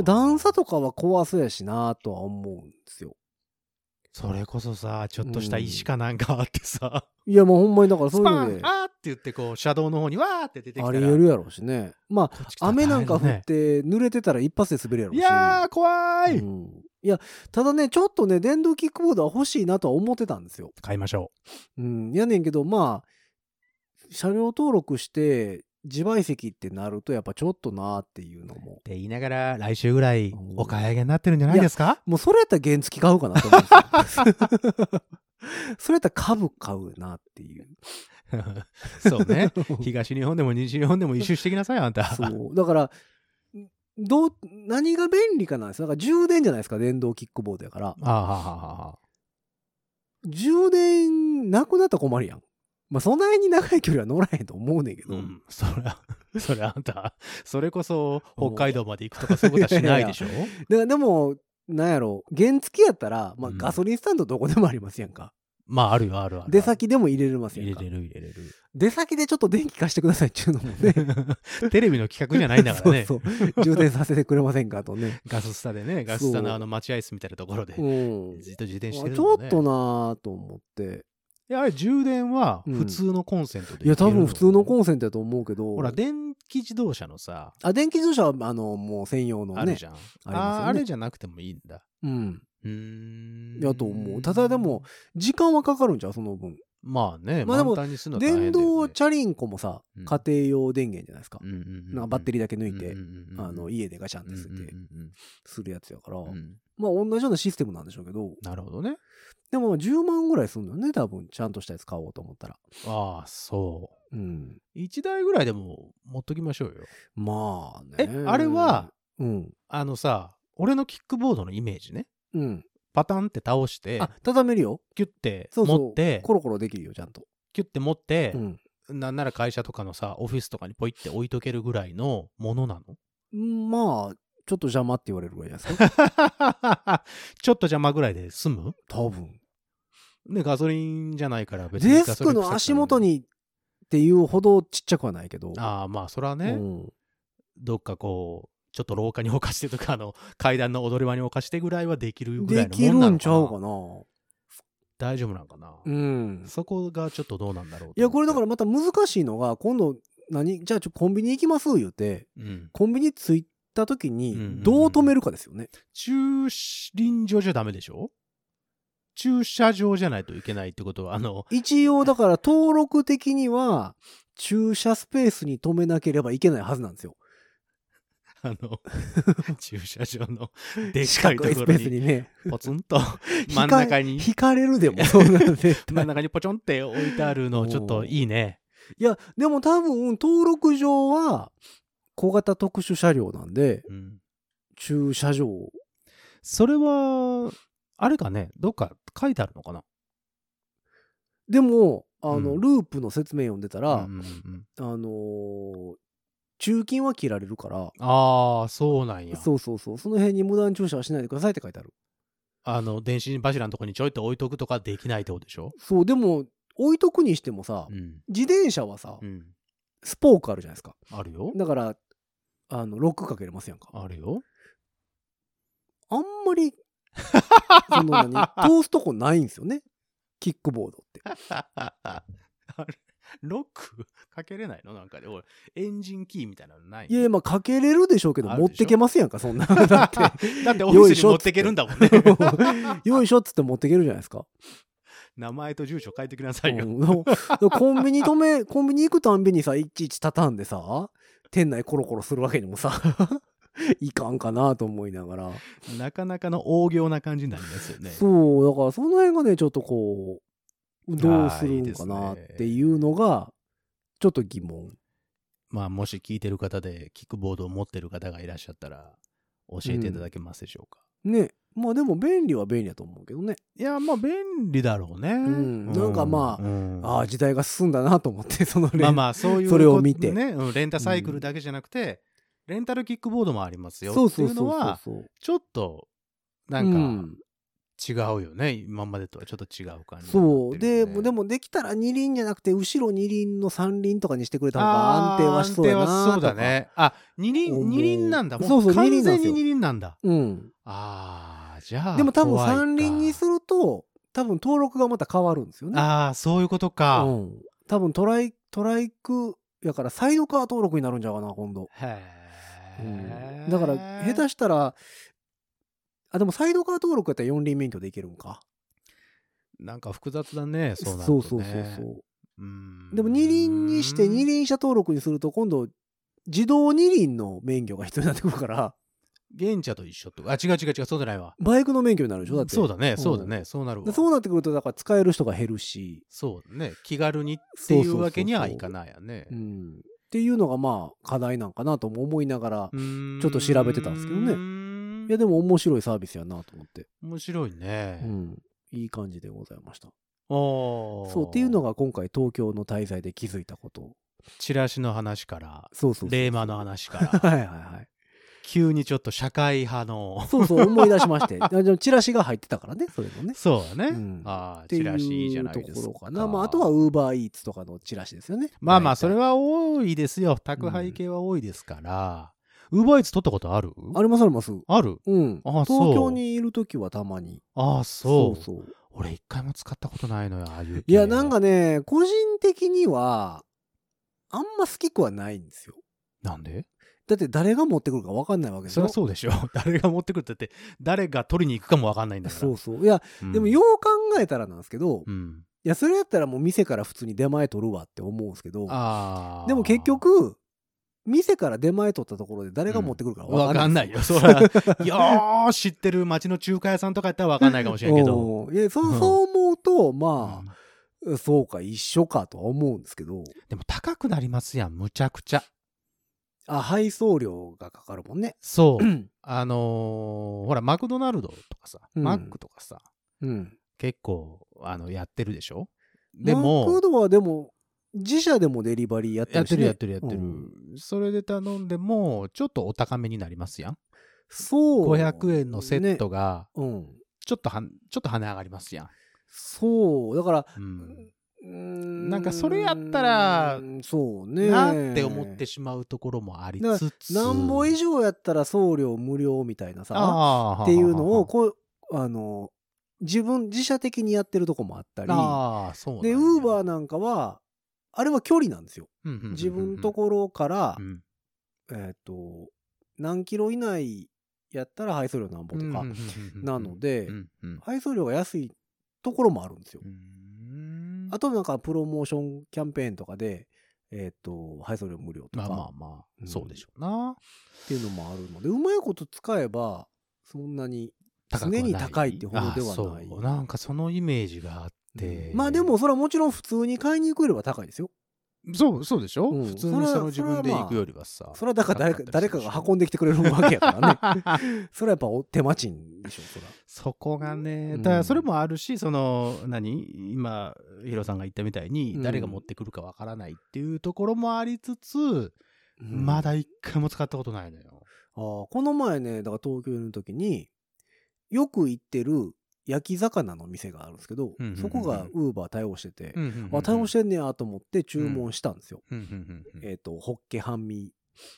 段差とかは怖そうやしなとは思うんですよ。 それこそさ、ちょっとした石かなんかあってさ。 いやもうほんまにだからそういうので。 あーって言ってこう、車道の方にわーって出てきたら。 ありえるやろうしね。まあ、雨なんか降って濡れてたら一発で滑るやろうし。 いやー、怖い、うん、 いや、ただね、ちょっとね、電動キックボードは欲しいなとは思ってたんですよ。 買いましょう。うん。やねんけど、まあ、車両登録して自賠責ってなるとやっぱちょっとなーっていうのも。 って言いながら来週ぐらいお買い上げになってるんじゃないですか？ もうそれやったら原付買うかなと思うんですよ。それやったら株買うなっていう。 そうね。東日本でも西日本でも一周してきなさい、あんた。 そう。だから、どう、何が便利かなんですよ。だから充電じゃないですか、電動キックボードやから。 ああ、はあ、はあ。 充電なくなったら困るやん。まあ、そんなに長い距離は乗らへんと思うねんけど。 うん、そりゃ、そりゃあんた、それこそ北海道まで行くとかそういうことはしないでしょ？いやいやいやでも、なんやろ、原付やったら、まあ、ガソリンスタンドどこでもありますやんか。うん、 まあ、あるよ、あるある。 出先でも入れれますやんか。 入れれる、入れれる。 出先でちょっと電気貸してくださいっていうのもね。 テレビの企画じゃないんだからね。 そうそう。充電させてくれませんかとね。 ガススタでね、ガススタのあの待合室みたいなところで、 うん、 ずっと充電してるの、ね、ちょっとなぁと思って。 いや、あれ充電は普通のコンセントで、うん、 いや、多分普通のコンセントだと思うけど。 ほら、電気自動車のさ。 あ、電気自動車は、あの、もう専用のね。 あるじゃん。ありますよね。あ、あれじゃなくてもいいんだ。 うん。 うーん。 やと思う。ただでも、時間はかかるんじゃん、その分。 まあね、 まあでも満タンにするのは大変だよね。 電動チャリンコもさ、 うん家庭用電源じゃないですか。 うんうんうん、 なんかバッテリーだけ抜いて、 うんうんうんうん、 あの家でガチャンってすってうんうんうんするやつやから、 うんうんまあ同じようなシステムなんでしょうけど、 なるほどね。 でもじゅうまんぐらいするんだよね、多分ちゃんとしたやつ買おうと思ったら。 ああ、そう。 うん。 いちだいぐらいでも持っときましょうよ。 まあね。 え、あれは、 うん。 あのさ、俺のキックボードのイメージね。 うん。 パタンって倒して、 あ、畳めるよ。 キュッてそうそう持って、 コロコロできるよ、ちゃんと。 キュッて持って、 うん。 なんなら会社とかのさ、オフィスとかにポイって置いとけるぐらいのものなの？ うんまあ、ちょっと邪魔って言われるぐらいじゃないですか。 ちょっと邪魔ぐらいで済む？ 多分。 ね、ガソリンじゃないから別にデガソリン臭くない。 スクの足元にっていうほどちっちゃくはないけど。 ああ、まあそれはね、 うん、 どっかこう、ちょっと廊下に置かしてとか、あの、階段の踊り場に置かしてぐらいはできるぐらいのもんなのかな。 できるんちゃうかな。 大丈夫なんかな。 うん。 そこがちょっとどうなんだろう。 いや、これだからまた難しいのが、今度、何じゃあちょコンビニ行きます言うて、 うん、 コンビニ着いた時にうんうんうん、 どう止めるかですよね。 駐輪場じゃダメでしょ？駐車場じゃないといけないってことは、あの。 一応だから登録的には、駐車スペースに止めなければいけないはずなんですよ。 あの、駐車場のでっかいところに、 スペースにね、 ポツンと真ん中に、 引かれるでもそうなんで。 真ん中にポチョンって置いてあるの、ちょっといいね。 いや、でも多分、登録上は、小型特殊車両なんで、うん、駐車場。 それは、あれかね、どっか書いてあるのかな？ でも、あの、うん、ループの説明読んでたら、うんうんうん、あのー、駐禁は切られるから。 ああ、そうなんや。 そうそうそう。その辺に無断駐車はしないでくださいって書いてある。 あの、電信柱のとこにちょいと置いとくとかできないってことでしょ？ そう、でも、置いとくにしてもさ、うん、自転車はさ、うん、スポークあるじゃないですか。 あるよ。 だから、あの、ロックかけれますやんか。 あるよ。 あんまり、その何、通すとこないんですよね。キックボードって。 あれロックかけれないの？なんかで、おい、エンジンキーみたいなのないの？ いやいや、まあかけれるでしょうけど、持ってけますやんか、そんな。だって、 だってオフィスに持ってけるんだもんね。 よいしょっつって持ってけるじゃないですか。 名前と住所書いてくださいよ。 うん、コンビニ止め、コンビニ行くたんびにさ、いちいち畳んでさ、店内コロコロするわけにもさ、いかんかなと思いながら。 なかなかの大行な感じになりますよね。 そう、だからその辺がね、ちょっとこう、どうするんかなっていうのが、ちょっと疑問。 まあ、もし聞いてる方で、キックボードを持ってる方がいらっしゃったら、教えていただけますでしょうか。 うん、ね。まあでも便利は便利だと思うけどね。 いや、まあ便利だろうね。うん。 なんかまあ、うん、ああ、時代が進んだなと思って、そのまあまあ、そういう、 それを見て。 ね、うん、レンタサイクルだけじゃなくて、うん、レンタルキックボードもありますよっていうのは、ちょっと、なんか、うん違うよね。今までとはちょっと違う感じ、ね。 そう。で、でもできたら二輪じゃなくて、後ろ二輪の三輪とかにしてくれた方が安定はしそうだなとか。安定はそうだね。 あ、二輪、二輪なんだ。もうそうそう、 完全に二輪なんだ。 うん。 ああ、じゃあ。 でも多分三輪にすると、多分登録がまた変わるんですよね。 ああ、そういうことか。 うん。多分トライ、トライク、やからサイドカー登録になるんじゃうかな、今度。 へえ、うん。だから、下手したら、あ、でもサイドカー登録やったら四輪免許でいけるんか。 なんか複雑だね、そうなるとね。 そうそうそうそう。うん。でも二輪にして二輪車登録にすると今度自動二輪の免許が必要になってくるから。 原茶と一緒って。あ、違う違う違う、そうじゃないわ。 バイクの免許になるでしょだって。 そうだね、そうだね、うん、そうなるわ。 そうなってくるとだから使える人が減るし。 そうだね。気軽にっていうわけにはいかないよね。 うん。っていうのがまあ課題なんかなとも思いながらちょっと調べてたんですけどね。いやでも面白いサービスやなと思って。 面白いね。 うん。いい感じでございました。そうっていうのが今回東京の滞在で気づいたこと。 チラシの話から、 そうそうそうレーマの話から。 はいはいはい。 急にちょっと社会派の。 そうそう思い出しまして。チラシが入ってたからね、それもね。 そうだね。うん、ああ、チラシいいじゃないですか。っていうところかな。 まああとはウーバーイーツとかのチラシですよね。 まあまあそれは多いですよ。宅配系は多いですから。うんウーバーイーツ取ったことある？ ありますあります。 ある？ うん。あ、東京にいるときはたまに。 ああ、そう。 そうそう。 俺一回も使ったことないのよ、ああいう系。 いや、なんかね、個人的には、あんま好きくはないんですよ。 なんで？ だって誰が持ってくるか分かんないわけでしょ。 そりゃそうでしょ。誰が持ってくるってって、誰が取りに行くかも分かんないんだから。 そうそう。いや、うん、でもよう考えたらなんですけど、うん、 いやそれやったらもう店から普通に出前取るわって思うんですけど、 あでも結局店から出前取ったところで誰が持ってくるかわ分かんないよ。そら、よー知ってる町の中華屋さんとかやったらわかんないかもしれんけど。 いや、そう、そう思うと、まあ、うん、そうか、一緒かとは思うんですけど。 でも高くなりますやん、むちゃくちゃ。 あ、配送料がかかるもんね。 そう。あのー、ほら、マクドナルドとかさ、うん、マックとかさ、 うん、 結構、あの、やってるでしょ。でも、 マクドはでも、自社でもデリバリーやってるし、ね、 やってるやってるやってる、うん、それで頼んでもちょっとお高めになりますやん。 そう、 ごひゃくえんのセットがね、うん、 ちょっとはちょっと跳ね上がりますやん。 そうだから、 うん、うんなんかそれやったらそうねなって思ってしまうところもありつつ、 何ぼ以上やったら送料無料みたいなさっていうのをこうあの自分自社的にやってるとこもあったり、 あそうなんでウーバーなんかはあれは距離なんですよ。自分のところから、うん、えっと何キロ以内やったら配送料なんぼとかなので、配送料が安いところもあるんですよ。あとなんかプロモーションキャンペーンとかで、えっと配送料無料とか、 まあまあまあ、うん、そうでしょうなっていうのもあるので、うまいこと使えばそんなに常に高いってほどではない。 そうなんかそのイメージがあって、 うん、まあでもそれはもちろん普通に買いに行くよりは高いですよ。 そうそうでしょ、うん、普通にその自分で行くよりはさ、 それはだから誰か誰かが運んできてくれるわけやからねそれはやっぱお手間賃でしょ。そらそこがね、だからそれもあるし、その何今ヒロさんが言ったみたいに誰が持ってくるかわからないっていうところもありつつ、うん、まだ一回も使ったことないのよ。 あこの前ね、だから東京の時によく行ってる焼き魚の店があるんですけど、うんうんうんうん、そこがウーバー対応してて、うんうんうんうん、あ対応してんねやと思って注文したんですよ。うんうんうんうん、えっ、ー、とホッケ半身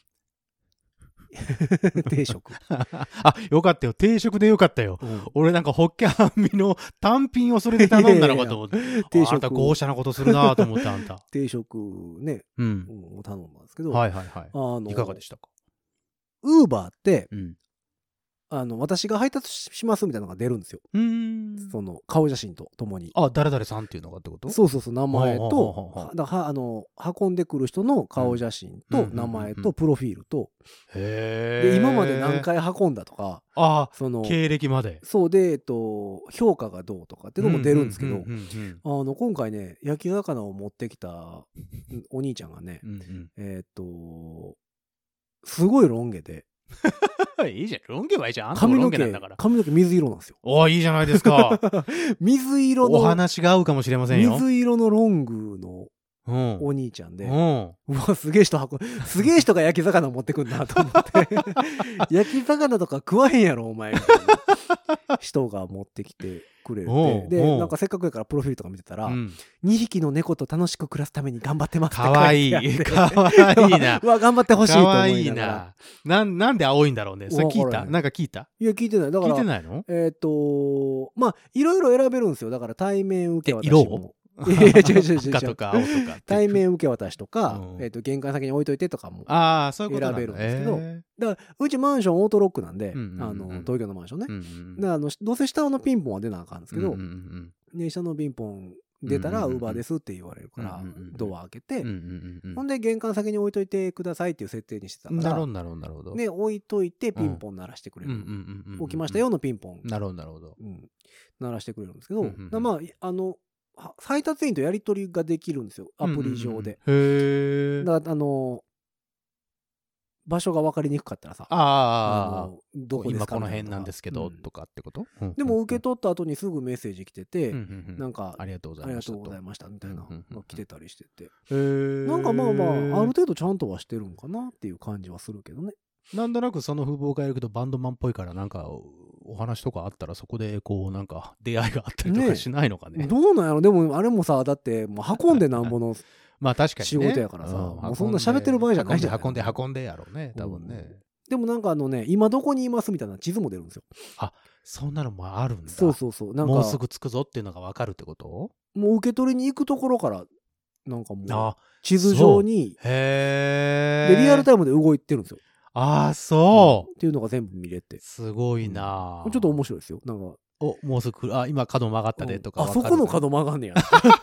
定食あよかったよ、定食でよかったよ、うん、俺なんかホッケ半身の単品をそれで頼んだのかと思って定食あんた豪奢なことするなと思ってあんた定食ね、うん、を頼んだんですけど、 はいはいはい、あのいかがでしたか。 ウーバーって、うんあの私が配達しますみたいなのが出るんですよ。うーんその顔写真とともに。 あ、誰々さんっていうのがってこと？ そうそうそう、名前とはだはあの運んでくる人の顔写真と名前とプロフィールと、へで今まで何回運んだとか、 あその経歴まで。 そうで、えっと、評価がどうとかっていうのも出るんですけど、あの今回ね焼き魚を持ってきたお兄ちゃんがね、うんうん、えっとすごいロン毛で。 いいじゃん、ロン毛はいいじゃん。あんた髪の毛もロン毛なんだから。 髪の毛水色なんですよ。 おいいじゃないですか。 水色のお話が合うかもしれませんよ。 水色のロングのお兄ちゃんで、うん、うわすげえ人運すげえ人が焼き魚持ってくんなと思って焼き魚とか食わへんやろお前みたいな人が持ってきてくれるってでなんかせっかくやからプロフィールとか見てたら、うん、にひきの猫と楽しく暮らすために頑張ってますって書いてあってかわいいかわいいなうわ頑張ってほしいと思いながら。かわいいな。ななんで青いんだろうね。それ聞いた？なんか聞いた？ いや聞いてない。だから聞いてないの？ えっとまあいろいろ選べるんですよ。だから対面受け渡しも。 いやいや違う違う違う赤とか青とか対面受け渡しとか、うんえー、と玄関先に置いといてとかも選べるんですけど、だからうちマンションオートロックなんで、うんうんうん、あの東京のマンションね、うんうん、だからあのどうせ下のピンポンは出なあかんんですけど、うんうんうん、で下のピンポン出たらウーバーですって言われるから、うんうんうん、ドア開けて、うんうんうん、ほんで玄関先に置いといてくださいっていう設定にしてたからなるほどなるほどなるほどで置いといてピンポン鳴らしてくれる、うん、置きましたよのピンポンなるほどなるほど、うん、 鳴らしてくれるんですけど、うんうんうん、まああの配達員とやり取りができるんですよアプリ上で、うんうんうん、へだからあの場所が分かりにくかったらさああどこですか今この辺なんですけど、うん、とかってこと、うんうんうん、 でも受け取った後にすぐメッセージ来てて、うんうんうん、なんかありがとうございましたありがとうございましたみたいなの来てたりしてて、うんうんうん、なんかまあまあある程度ちゃんとはしてるんかなっていう感じはするけどね。 なんとなくその風貌がやるけどバンドマンっぽいからなんかお話とかあったらそこでこうなんか出会いがあったりとかしないのかね。 ねどうなんやろ。でもあれもさだってもう運んでなんぼのまあ確かに、ね、 仕事やからさ、うん、もうそんな喋ってる場合じゃないじゃん。 運んで運んでやろうね多分ね、うん、 でもなんかあのね今どこにいますみたいな地図も出るんですよ。 あそんなのもあるんだ。 そうそうそうなんかもうすぐ着くぞっていうのが分かるってこと？ もう受け取りに行くところからなんかもう地図上にへでリアルタイムで動いてるんですよ。 ああそう、 うん、っていうのが全部見れてすごいな、 うん、ちょっと面白いですよ。なんかお、もうすぐ来る。あ、今角曲がったでとかあ、 分かる。 そこの角曲がんねや。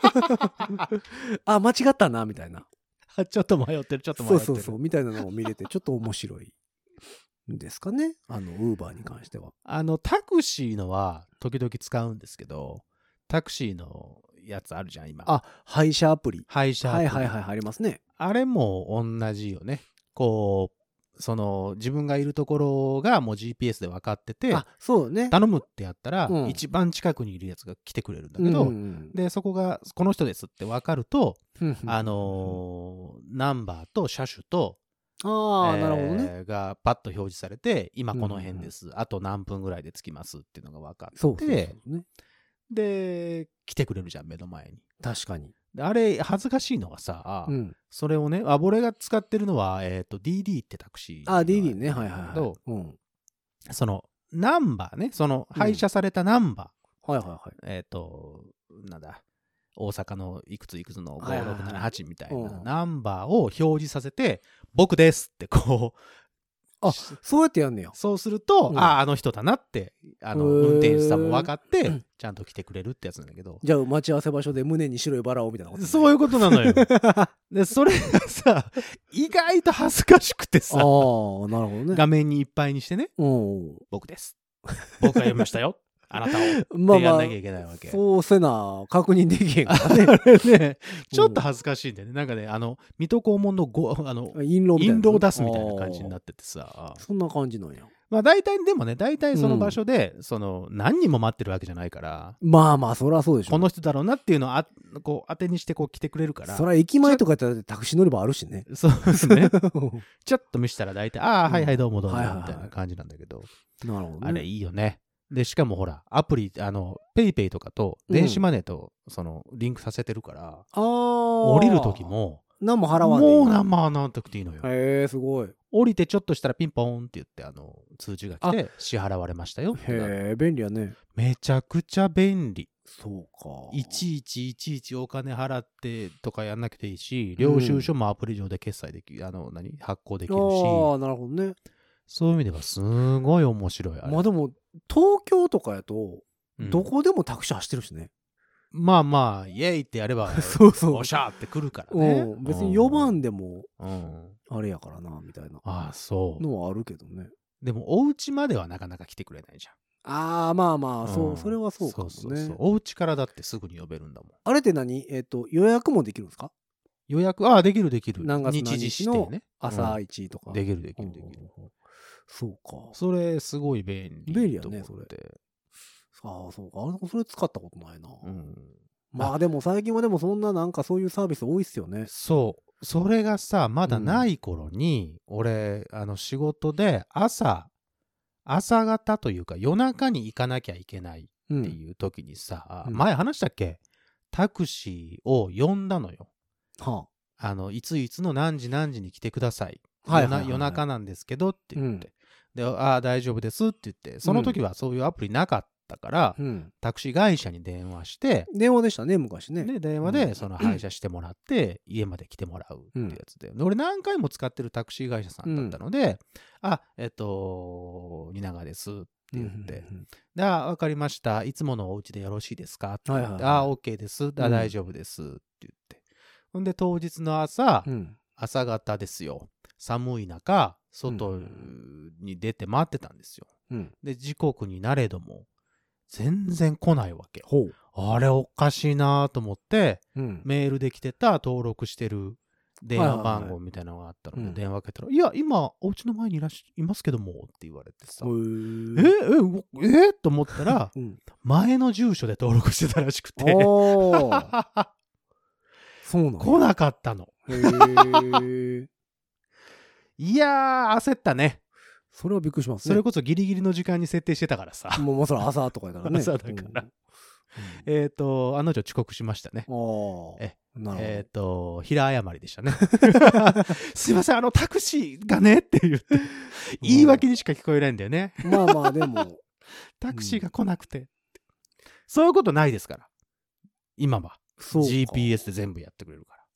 あ、間違ったな、みたいな。 ちょっと迷ってる、ちょっと迷ってる。 そうそうそう、みたいなのも見れて、ちょっと面白いんですかね。あの、ウーバーに関しては。 あの、タクシーのは時々使うんですけど、タクシーのやつあるじゃん、今。 あ、配車アプリ。 配車アプリ。 はいはいはい、ありますね。 あれも同じよね。こう、その自分がいるところがもう ジーピーエス で分かってて、 あ、そうね。 頼むってやったら、 うん一番近くにいるやつが来てくれるんだけど、 うんうんで、そこがこの人ですって分かると、 うん、 あのーナンバーと車種と、 ああ、 えーなるほどね。 がパッと表示されて、今この辺です。あと何分ぐらいで着きますっていうのが分かって、 そうそうそうね。 で、来てくれるじゃん、目の前に。 確かに。 であれ、恥ずかしいのがさ、 うん。 それをね、あ、俺が使ってるのは、えっ、と、ディーディー ってタクシー。 あ、ディーディー ね。はいはいはい。 どうん。 その、ナンバーね、その、配車されたナンバー。 はいはいはい。 えっ、と、なんだ、大阪のいくついくつのご、 はいはいはいろく、なな、はちみたいなうんナンバーを表示させて、僕ですってこう、 あ、そうやってやんねや。 そうすると、 うんああ、あの人だなって、あの、 へー運転手さんも分かってうん、 ちゃんと来てくれるってやつなんだけど。 じゃあ、待ち合わせ場所で胸に白いバラをみたいなこと、 そういうことなのよ。で、それがさ、意外と恥ずかしくてさ、 ああ、なるほどね。 画面にいっぱいにしてね、 うん。 僕です。僕が読みましたよ。あなたを。 まあまあってやんなきゃいけないわけ。 そうせな、確認できへんからね。 あれね、ちょっと恥ずかしいんだよね。なんかね、あの、水戸黄門のご、あの、 印籠みたいな。 印籠を出すみたいな感じになっててさ。 そんな感じなんや。 まあ大体、でもね、大体その場所で、その、何人も待ってるわけじゃないから、 まあまあ、そりゃそうでしょ。 この人だろうなっていうのをあ、こう、当てにしてこう来てくれるから。 そりゃ駅前とかやったらタクシー乗り場あるしね。 そうですね。ちょっと見したら大体、ああ、 うんはいはい、どうもどうも、 はいはいはいみたいな感じなんだけど。 なるほどね。 あれいいよね。で、しかもほら、アプリ、あの、ペイペイとかと、電子マネーと、その、リンクさせてるから、 ああ。 降りる時も、 何も払わんでいい。 もう何も払わなくていいのよ。 へえ、すごい。 降りてちょっとしたらピンポーンって言って、あの、通知が来て、支払われましたよってなる。 へえ、便利やね。 めちゃくちゃ便利。 そうか。 いちいちいちいちお金払ってとかやんなくていいし、領収書もアプリ上で決済できる、あの、何発行できるし。 ああ、なるほどね。 そういう意味ではすごい面白い。あれまあでも、東京とかやと、 うんどこでもタクシー走ってるしね。 まあまあ、イエイってやれば、 そうそうおしゃーってくるからね。 うん。別に呼ばんでも、 うん。 あれやからな、みたいなああ、そう。 のはあるけどね。 でも、お家まではなかなか来てくれないじゃん。 ああ、まあまあ、そうう、 んそれはそうかもそうそうそうね。 お家からだってすぐに呼べるんだもん。 あれって何えっと、予約もできるんですか？ 予約、ああ、できるできる。 何月何日日の時指定ね。 朝うん一とか。 できるできるできる。 うんうんうんそうか。 それ、すごい便利。 便利やねと思ってああ、そうか。あれそれ使ったことないな。 うん。 まあでも最近はでもそんななんかそういうサービス多いっすよね。 そう。それがさ、まだない頃に、俺、あの、仕事で朝、朝方というか夜中に行かなきゃいけないうん。 っていう時にさ、 うん前話したっけ？タクシーを呼んだのよ。 はあの、いついつの何時何時に来てください。 はいはいはいはい夜な夜中なんですけどって言って。 うんで、ああ、大丈夫ですって言って、その時はそういうアプリなかったから、 あ。うん。 タクシー会社に電話して、 電話でしたね、昔ね。 で、電話うんでその配車してもらって、家まで来てもらうっていうやつで。で俺何回も使ってるタクシー会社さんだったので、あ、えっと、蜷川ですって言って、で、あ、わかりました。いつものお家でよろしいですかって言って、 はいはいはいあ、OK です。あ、 うん大丈夫ですって言って。ほんで、当日の朝、 うん。うん。 朝方ですよ。寒い中、外うんに出て待ってたんですよ。 うん。 で、時刻になれども、全然来ないわけ。 ほう。 あれおかしいなと思って、 うん。 メールで来てた登録してる電話番号みたいなのがあったので、 はいはいはい電話かけたら、いや、今、お家の前にいらっしいますけども、って言われてさ、 へえーええと思ったら、 うん。 前の住所で登録してたらしくて、 おー。そうなの来なかったの。 へー。 いやー、焦ったね。 それはびっくりしますね。 それこそギリギリの時間に設定してたからさ。 もう、まあ、それ朝とかやからね。 朝だからうん。 えっと、あの女遅刻しましたね。 ああ。 えなるほど。 えっと、平誤りでしたね。すいません、あのタクシーがねって言って、言い訳にしか聞こえないんだよね。 まあまあ、でも。 タクシーが来なくて。そういうことないですから。今は。 そうか。 ジーピーエス で全部やってくれるから。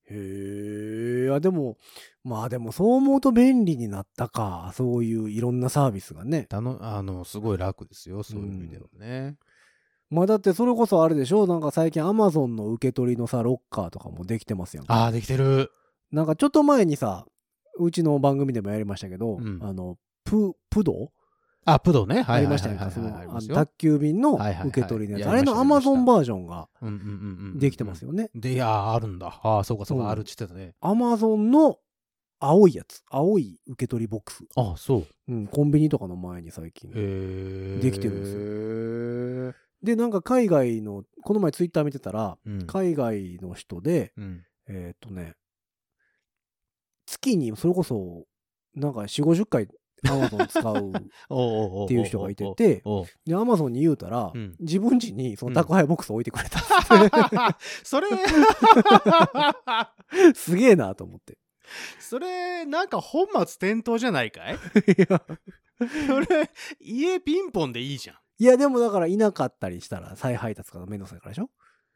へえ、あ、でも、まあでもそう思うと便利になったか。そういういろんなサービスがね。 たのあのすごい楽ですよ、そういう意味ではね。 うん、まあだってそれこそあれでしょ、なんか最近アマゾンの受け取りのさ、ロッカーとかもできてますやんか。 ああ、できてる。 なんかちょっと前にさ、うちの番組でもやりましたけど、うん、あの、プ、プドあ、プドね。 ありましたやんか。その、宅急便の受け取りのやつ。あれのアマゾンバージョンができてますよね。 で、いや、あるんだ。ああ、そうかそうか、あるって言ってたね。 アマゾンの青いやつ。青い受け取りボックス。 ああ、そう。 うん、コンビニとかの前に最近。できてるんですよ。へー。で、なんか海外の、この前ツイッター見てたら、うん、海外の人で、うん、えっとね、月にそれこそ、なんかよんじゅう、ごじゅっかいアマゾン使うっていう人がいてて、で、アマゾンに言うたら、うん、自分家にその宅配ボックス置いてくれた。 うん、それすげえなと思って。 それ、なんか本末転倒じゃないかい？いや。それ、家ピンポンでいいじゃん。 いや、でもだからいなかったりしたら再配達がめんどくさいからでしょ？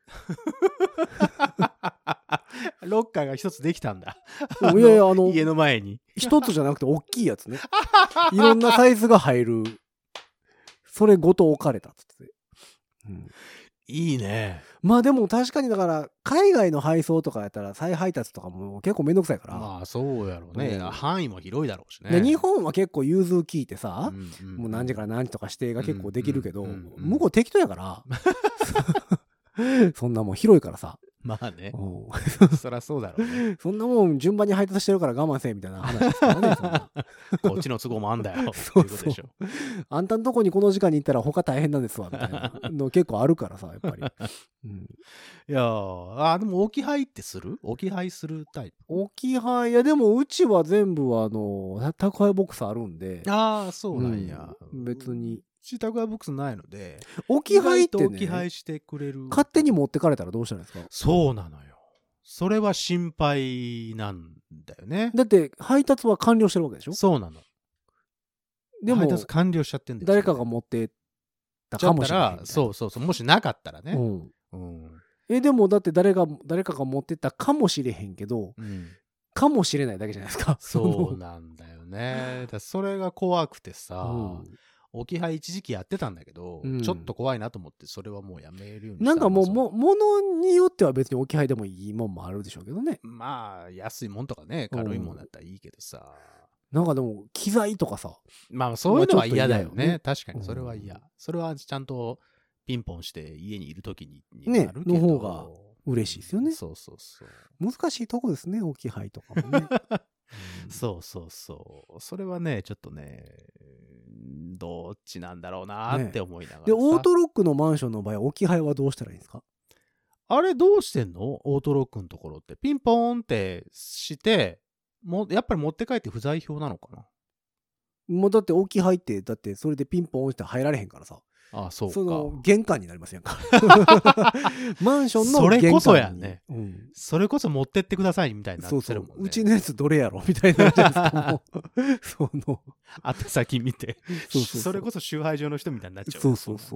ロッカーが一つできたんだ。 いやいや、あの、 家の前に。 一つじゃなくて大きいやつね。いろんなサイズが入る。それごと置かれたっつって。 うん、いいね。 まあでも確かにだから、海外の配送とかやったら再配達とかも結構めんどくさいから。 まあそうやろうね。うん、範囲も広いだろうしね。 日本は結構融通聞いてさ、うんうんうん、もう何時から何時とか指定が結構できるけど、うんうんうん、向こう適当やから。そんなもん広いからさ。 まあね。うん、そりゃそうだろうね。 そんなもん順番に配達してるから我慢せえみたいな話ですからね。そんなこっちの都合もあんだよ。そうそう。でしょ。 あんたんとこにこの時間に行ったら他大変なんですわみたいなの結構あるからさ、やっぱり。 うん、いやー、あ、でも置き配ってする？置き配するタイプ？ 置き配、いやでもうちは全部あの、宅配ボックスあるんで。 ああ、そうなんや。 うん、別に。 宅配ボックスないので、 置き配ってね、 置き配してくれる。 勝手に持ってかれたらどうしたらいいですか？ そうなのよ。それは心配なんだよね。 だって配達は完了してるわけでしょ？ そうなの。でも配達完了しちゃってんですよ、ね。 誰かが持ってたかもしれない。 そうそうそう。もしなかったらね。うんうん、えでもだって誰が誰かが持ってたかもしれへんけど、うん、かもしれないだけじゃないですか。 そうなんだよね。だそれが怖くてさ。うん、置き配一時期やってたんだけど、うん、ちょっと怖いなと思ってそれはもうやめるようにした。 なんかもうも物によっては別に置き配でもいいもんもあるでしょうけどね。 まあ安いもんとかね、軽いもんだったらいいけどさ、 うん、なんかでも機材とかさ、 まあそういうのは嫌だよね。ね、確かにそれは嫌、うん、それはちゃんとピンポンして家にいる時にねの方が嬉しいですよね。 そうそうそう。 難しいとこですね、置き配とかもね。 うん、そうそうそう。それはね、ちょっとね、どっちなんだろうなって思いながら、ね。 で、オートロックのマンションの場合、置き配はどうしたらいいんですか？ あれどうしてんの？オートロックのところって。ピンポーンってして、もやっぱり持って帰って不在票なのかな？ もうだって置き配って、だってそれでピンポーンして入られへんからさ。 ああ、そうか。 その玄関になりますやんか。マンションの玄関に。 それこそやね、 うん。 それこそ持ってってくださいみたいになってるもんね。そうそう。 うちのやつどれやろみたいになるじゃないですか。もうその宛先見てそうそうそう。それこそ集配所の人みたいになっちゃう。 そうそうそう。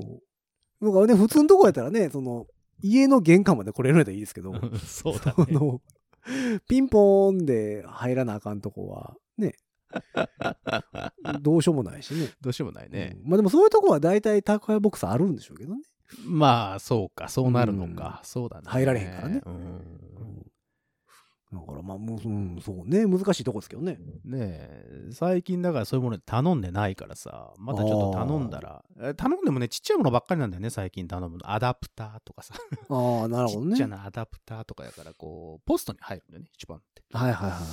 だからね、普通のとこやったらね、その家の玄関まで来れるのやったらいいですけど、 そうだね。そのピンポーンで入らなあかんとこはね。どうしようもないしね。 どうしようもないね。 うん、まあでもそういうとこは大体宅配ボックスあるんでしょうけどね。 まあそうか、そうなるのか。うん、そうだね。 入られへんからね。うんうんだからまあもう、うん、そうね、難しいとこですけどね。 ねえ、最近だからそういうもの頼んでないからさ、またちょっと頼んだら、頼んでもね、ちっちゃいものばっかりなんだよね、最近頼むの。アダプターとかさ。 ああ、なるほどね。 ちっちゃなアダプターとかやから、こう、ポストに入るんだよね、一番って。 はいはいはい。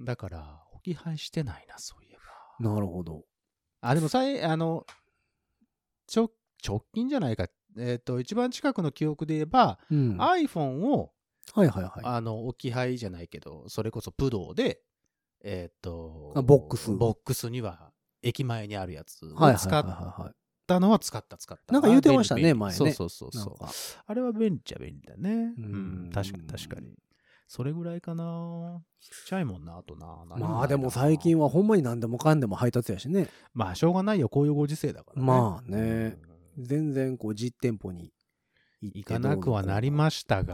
だから、置き配してないな、そういえば。なるほど。 あ、でもさい、あの、ちょ、直近じゃないか。えっと、一番近くの記憶で言えば、うん、iPhone を、 はいはいはい。 あの、置き配じゃないけど、それこそプドで、えっと、 あ、ボックス。 ボックスには、駅前にあるやつを使ったのは使った使った。 なんか言うてましたね、前ね。 そうそうそうそう。あれは便利っちゃ便利だね。うん、確かに確かに。それぐらいかな。ちっちゃいもんな、あとな。 まあでも最近はほんまに何でもかんでも配達やしね。 まあしょうがないよ、こういうご時世だからね。 まあね。全然こう実店舗に行かなくはなりましたが、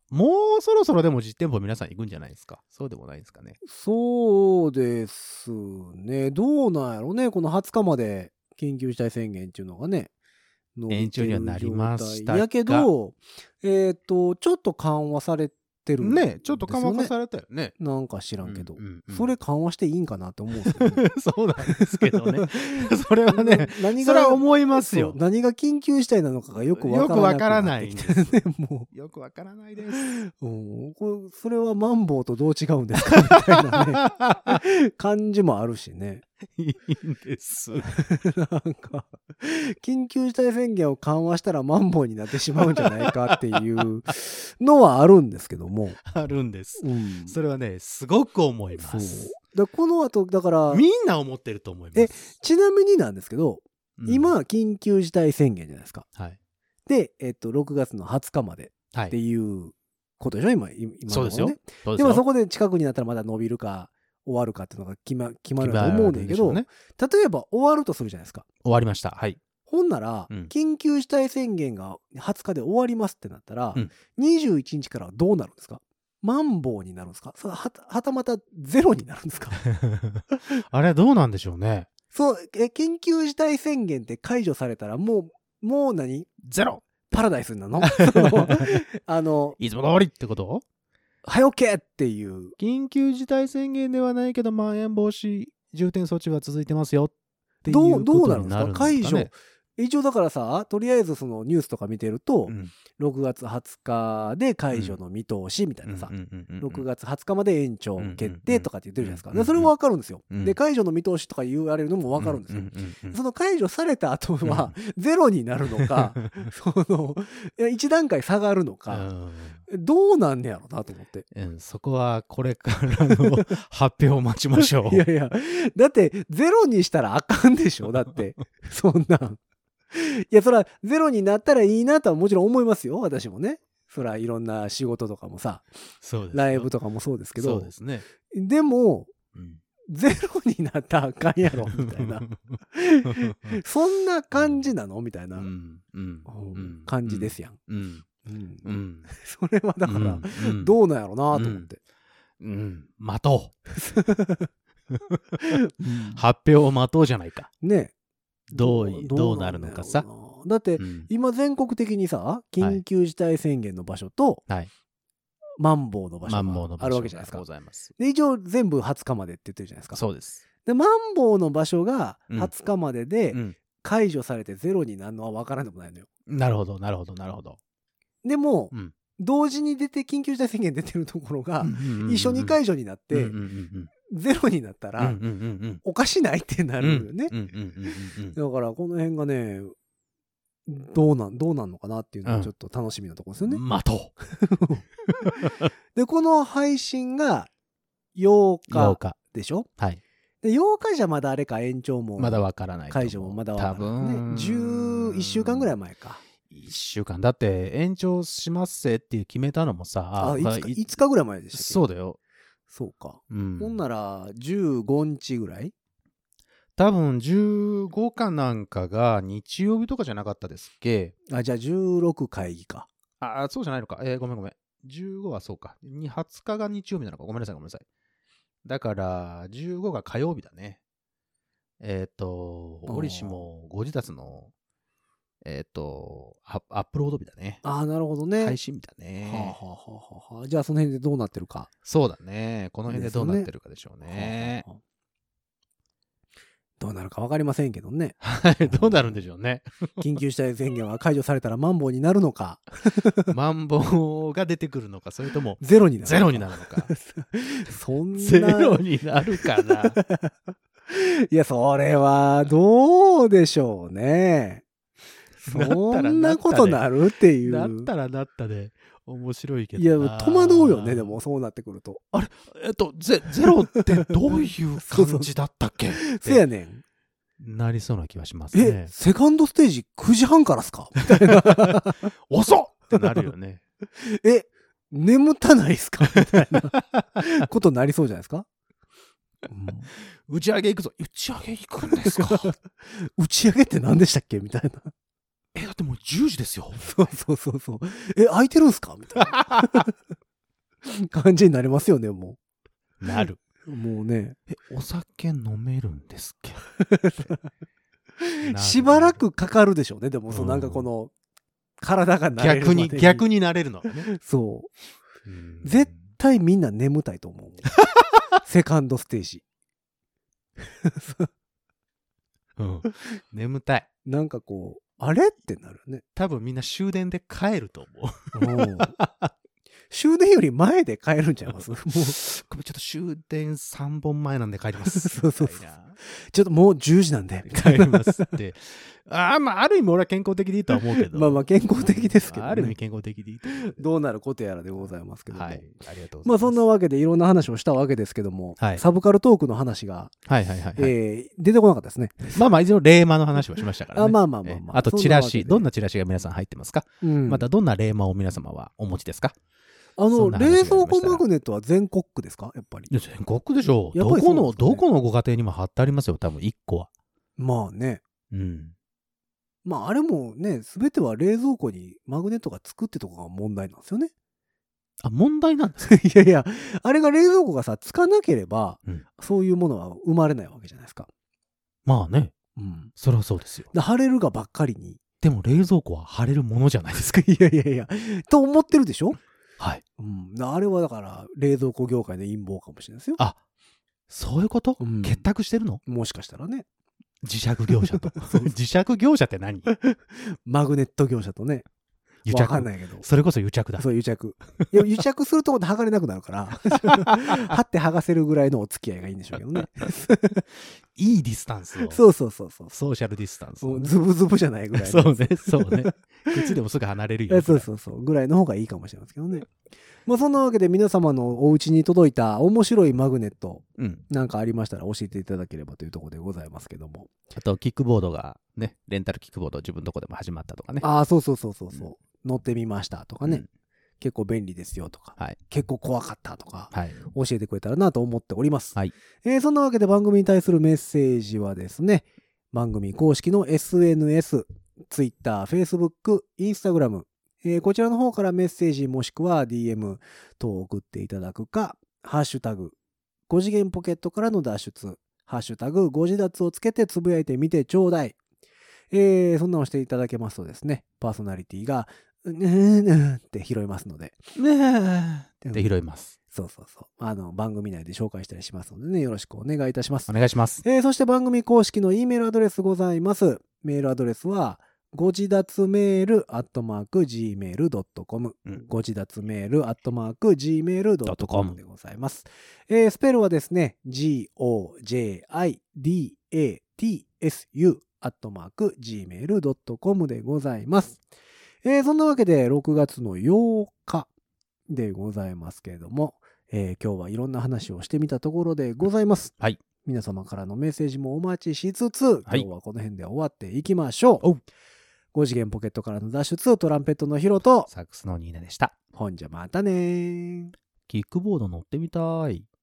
もうそろそろでも実店舗皆さん行くんじゃないですか。そうでもないですかね。 そうですね。どうなんやろね。このはつかまで緊急事態宣言っていうのがね、 延長にはなりましたが。 やけど、えっと、ちょっと緩和されてるんですよね。 ね、ちょっと緩和されたよね。 なんか知らんけど、 うんうんうん、 それ緩和していいんかなって思うんですけど、ね、 そうなんですけどね。それはね、 何がそれは思いますよ。 何が緊急事態なのかがよくわからないんですね。もうよくわからないです。 うん、これそれはマンボウとどう違うんですかみたいなね感じもあるしね。 いいんです。 なんか緊急事態宣言を緩和したらマンボウになってしまうんじゃないかっていうのはあるんですけども。 あるんです。 うん、 それはね、すごく思います。 だこの後だからみんな思ってると思います。 えちなみになんですけど、うん、今緊急事態宣言じゃないですか。 はい、 で、えっと、ろくがつのはつかまでっていうことでしょ、今今の、ね、そうですよ。でもそこで近くになったらまだ伸びるか終わるかっていうのが決ま、決まると思うんだけど、ね、例えば終わるとするじゃないですか。 終わりました。はい。 ほんなら、うん、緊急事態宣言がはつかで終わりますってなったら、うん、にじゅういちにちからはどうなるんですか？マンボウになるんですか？それ は, はたまたゼロになるんですか？ あれどうなんでしょうね。 そうえ緊急事態宣言って解除されたらもうもう何ゼロパラダイスになるの？あのいつも通りってこと？ はい、オッケーっていう。 緊急事態宣言ではないけど、まん延防止重点措置は続いてますよっていうことになるんですかね。どう、どうなるんですか？解除。一応だからさ、とりあえずそのニュースとか見てると、うん、ろくがつはつかで解除の見通しみたいなさ、ろくがつはつかまで延長決定とかって言ってるじゃないですか。でそれもわかるんですよ、うん。で、解除の見通しとか言われるのもわかるんですよ。その解除された後は、ゼロになるのか、その、一段階下がるのか、どうなんねやろなと思って、 うん。そこはこれからの発表を待ちましょう。 いやいや、だってゼロにしたらあかんでしょ、だって。そんなん。いや、そら、ゼロになったらいいなとはもちろん思いますよ、私もね。そら、いろんな仕事とかもさ、 そうですライブとかもそうですけど、 そうですね。 でも、うん、ゼロになったらあかんやろ、みたいな。そんな感じなのみたいな、うんうん、感じですやん。うんうんうん、それはだから、うん、どうなんやろうなと思って。 うん、うん、待とう。発表を待とうじゃないか。 ね。 どう、どうなるのかさ。 だって、うん、今全国的にさ、緊急事態宣言の場所と、はい、マンボウの場所があるわけじゃないですか。 ございます。 で、一応全部はつかまでって言ってるじゃないですか。 そうです。 で、マンボウの場所がはつかまでで解除されてゼロになるのは分からんでもないのよ。 なるほど、なるほど、なるほど。 でも、うん、同時に出て、緊急事態宣言出てるところが、一緒に解除になって、ゼロになったら、おかしないってなるよね。だから、この辺がね、どうなん、どうなんのかなっていうのがちょっと楽しみなところですよね。 うん、待とう。で、この配信がようかでしょ？ はい。 で、ようかじゃまだあれか、延長も。 まだわからない。 解除もまだわからない。多分。ね、じゅういっしゅうかんぐらい前か。 いっしゅうかん。だって、延長しますせって決めたのもさ、 あ、いつか、いつかぐらい前でしたっけ？ そうだよ。 そうか。うん、ほんなら、じゅうごにちぐらい？ 多分じゅうごかなんかが日曜日とかじゃなかったですっけ？ あ、じゃあじゅうろく会議か。 あ、そうじゃないのか。えー、ごめんごめん。じゅうごはそうか。はつかが日曜日なのか。ごめんなさいごめんなさい。だから、じゅうごが火曜日だね。えっ、ー、と、折しもご自宅の、えっ、ー、とア、アップロード日だね。 ああ、なるほどね。 配信日だね。 はあ、はあはあはあ、じゃあその辺でどうなってるか。 そうだね。この辺でどうなってるかでしょうね。 はあはあ、どうなるか分かりませんけどね。 はい、どうなるんでしょうね。 緊急事態宣言は解除されたらマンボウになるのか。 マンボウが出てくるのか、それともゼロになるのか。 ゼロになるのか。 そんな。 ゼロになるかな。 いや、それはどうでしょうね。そんなことなるっていう。 だったらなったで。面白いけどいや、戸惑うよね、でもそうなってくると。 あれえっと、ゼ、ゼロってどういう感じだったっけ？ せやねん。 なりそうな気はしますね。 え、セカンドステージくじはんからっすかみたいな。 遅っってなるよね。 え、眠たないっすかみたいなことになりそうじゃないですか、 うん、打ち上げ行くぞ。打ち上げ行くんですか？ 打ち上げって何でしたっけみたいな。 え、 ってもうじゅうじですよ。 そうそうそうそう。え、空いてるんすかみたいな感じになりますよね、もう。なる。 もうね。 え、お酒飲めるんですっけしばらくかかるでしょうね、でも、そう、なんかこの、体が慣れるまでに。 逆に、逆になれるのね。 そう。絶対みんな眠たいと思う。セカンドステージ。 うん、眠たい。 なんかこう、あれってなるね。 多分みんな終電で帰ると思う。 終電より前で帰るんちゃいますもう。 ちょっと終電さんぼんまえなんで帰ります。 そうそうそう。ちょっともうじゅうじなんで、みたいな。帰りますって。ああ、まあ、ある意味俺は健康的でいいとは思うけど。 まあまあ健康的ですけど、ね。 ある意味健康的でいいと思う。 どうなることやらでございますけども。 はい。ありがとうございます。 まあそんなわけでいろんな話をしたわけですけども、はい、サブカルトークの話が、 はいはいはい、はい、 えー、出てこなかったですね。 まあまあ一応レーマの話をしましたからね。 あまあまあまあまあ。 あとチラシ、どんなチラシが皆さん入ってますか、うん、またどんなレーマを皆様はお持ちですか？ あの、冷蔵庫マグネットは全国区ですかやっぱり。 全国区でしょう。どこの、どこのご家庭にも貼ってありますよ、多分いっこは。 まあね。 うん。 まああれもね、すべては冷蔵庫にマグネットがつくってとこが問題なんですよね。 あ、問題なんですか？ いやいや、あれが冷蔵庫がさ、つかなければ、 うん、 そういうものは生まれないわけじゃないですか。 まあね。 うん。 それはそうですよ。 貼れるがばっかりに。 でも冷蔵庫は貼れるものじゃないですか。 いやいやいや、と思ってるでしょ？ はい。 うん。あれはだから、冷蔵庫業界の陰謀かもしれないですよ。 あ、そういうこと、うん、結託してるの？ もしかしたらね。 磁石業者と。磁石業者って何？ マグネット業者とね。 癒着。 わかんないけど。 それこそ癒着だ。 そう、癒着。いや、癒着するとこで剥がれなくなるから、貼って剥がせるぐらいのお付き合いがいいんでしょうけどね。 いいディスタンスを。 そうそうそうそう。 ソーシャルディスタンス、 ね。ズブズブじゃないぐらい。 そうね、そうね。靴でもすぐ離れるよ。 そうそうそう。ぐらいの方がいいかもしれないですけどね。まあそんなわけで皆様のお家に届いた面白いマグネットなんかありましたら教えていただければというところでございますけども。 あとキックボードがね、レンタルキックボード自分のとこでも始まったとかね。 ああ、そうそうそうそうそう、うん。乗ってみましたとかね、 うん。 結構便利ですよとか、 はい、 結構怖かったとか、 はい、 教えてくれたらなと思っております。 はい。 えー、そんなわけで番組に対するメッセージはですね、番組公式の エスエヌエス、Twitter、Facebook、Instagram、えー、こちらの方からメッセージもしくは ディーエム 等を送っていただくか、ハッシュタグ、ご次元ポケットからの脱出、ハッシュタグ、ご自立をつけてつぶやいてみてちょうだい。えー、そんなのをしていただけますとですね、パーソナリティが、うーんって拾いますので。 ねーって拾います。 そうそうそう。あの、番組内で紹介したりしますのでね、よろしくお願いいたします。 お願いします。 えー、そして番組公式の E メールアドレスございます。メールアドレスは、ご自立メールアットマーク ジーメールドットコム、うん、ご自立メールアットマーク ジーメールドットコム でございます。えー、スペルはですね、ジーオージェーアイディーエーティーエスユー アットマーク ジーメールドットコム でございます。えー、そんなわけでろくがつのようかでございますけれども、えー、今日はいろんな話をしてみたところでございます。 はい。 皆様からのメッセージもお待ちしつつ、今日はこの辺で終わっていきましょう。はい、ご次元ポケットからの脱出、トランペットのヒロとサックスのニーナでした。 ほんじゃまたねー。 キックボード乗ってみたい。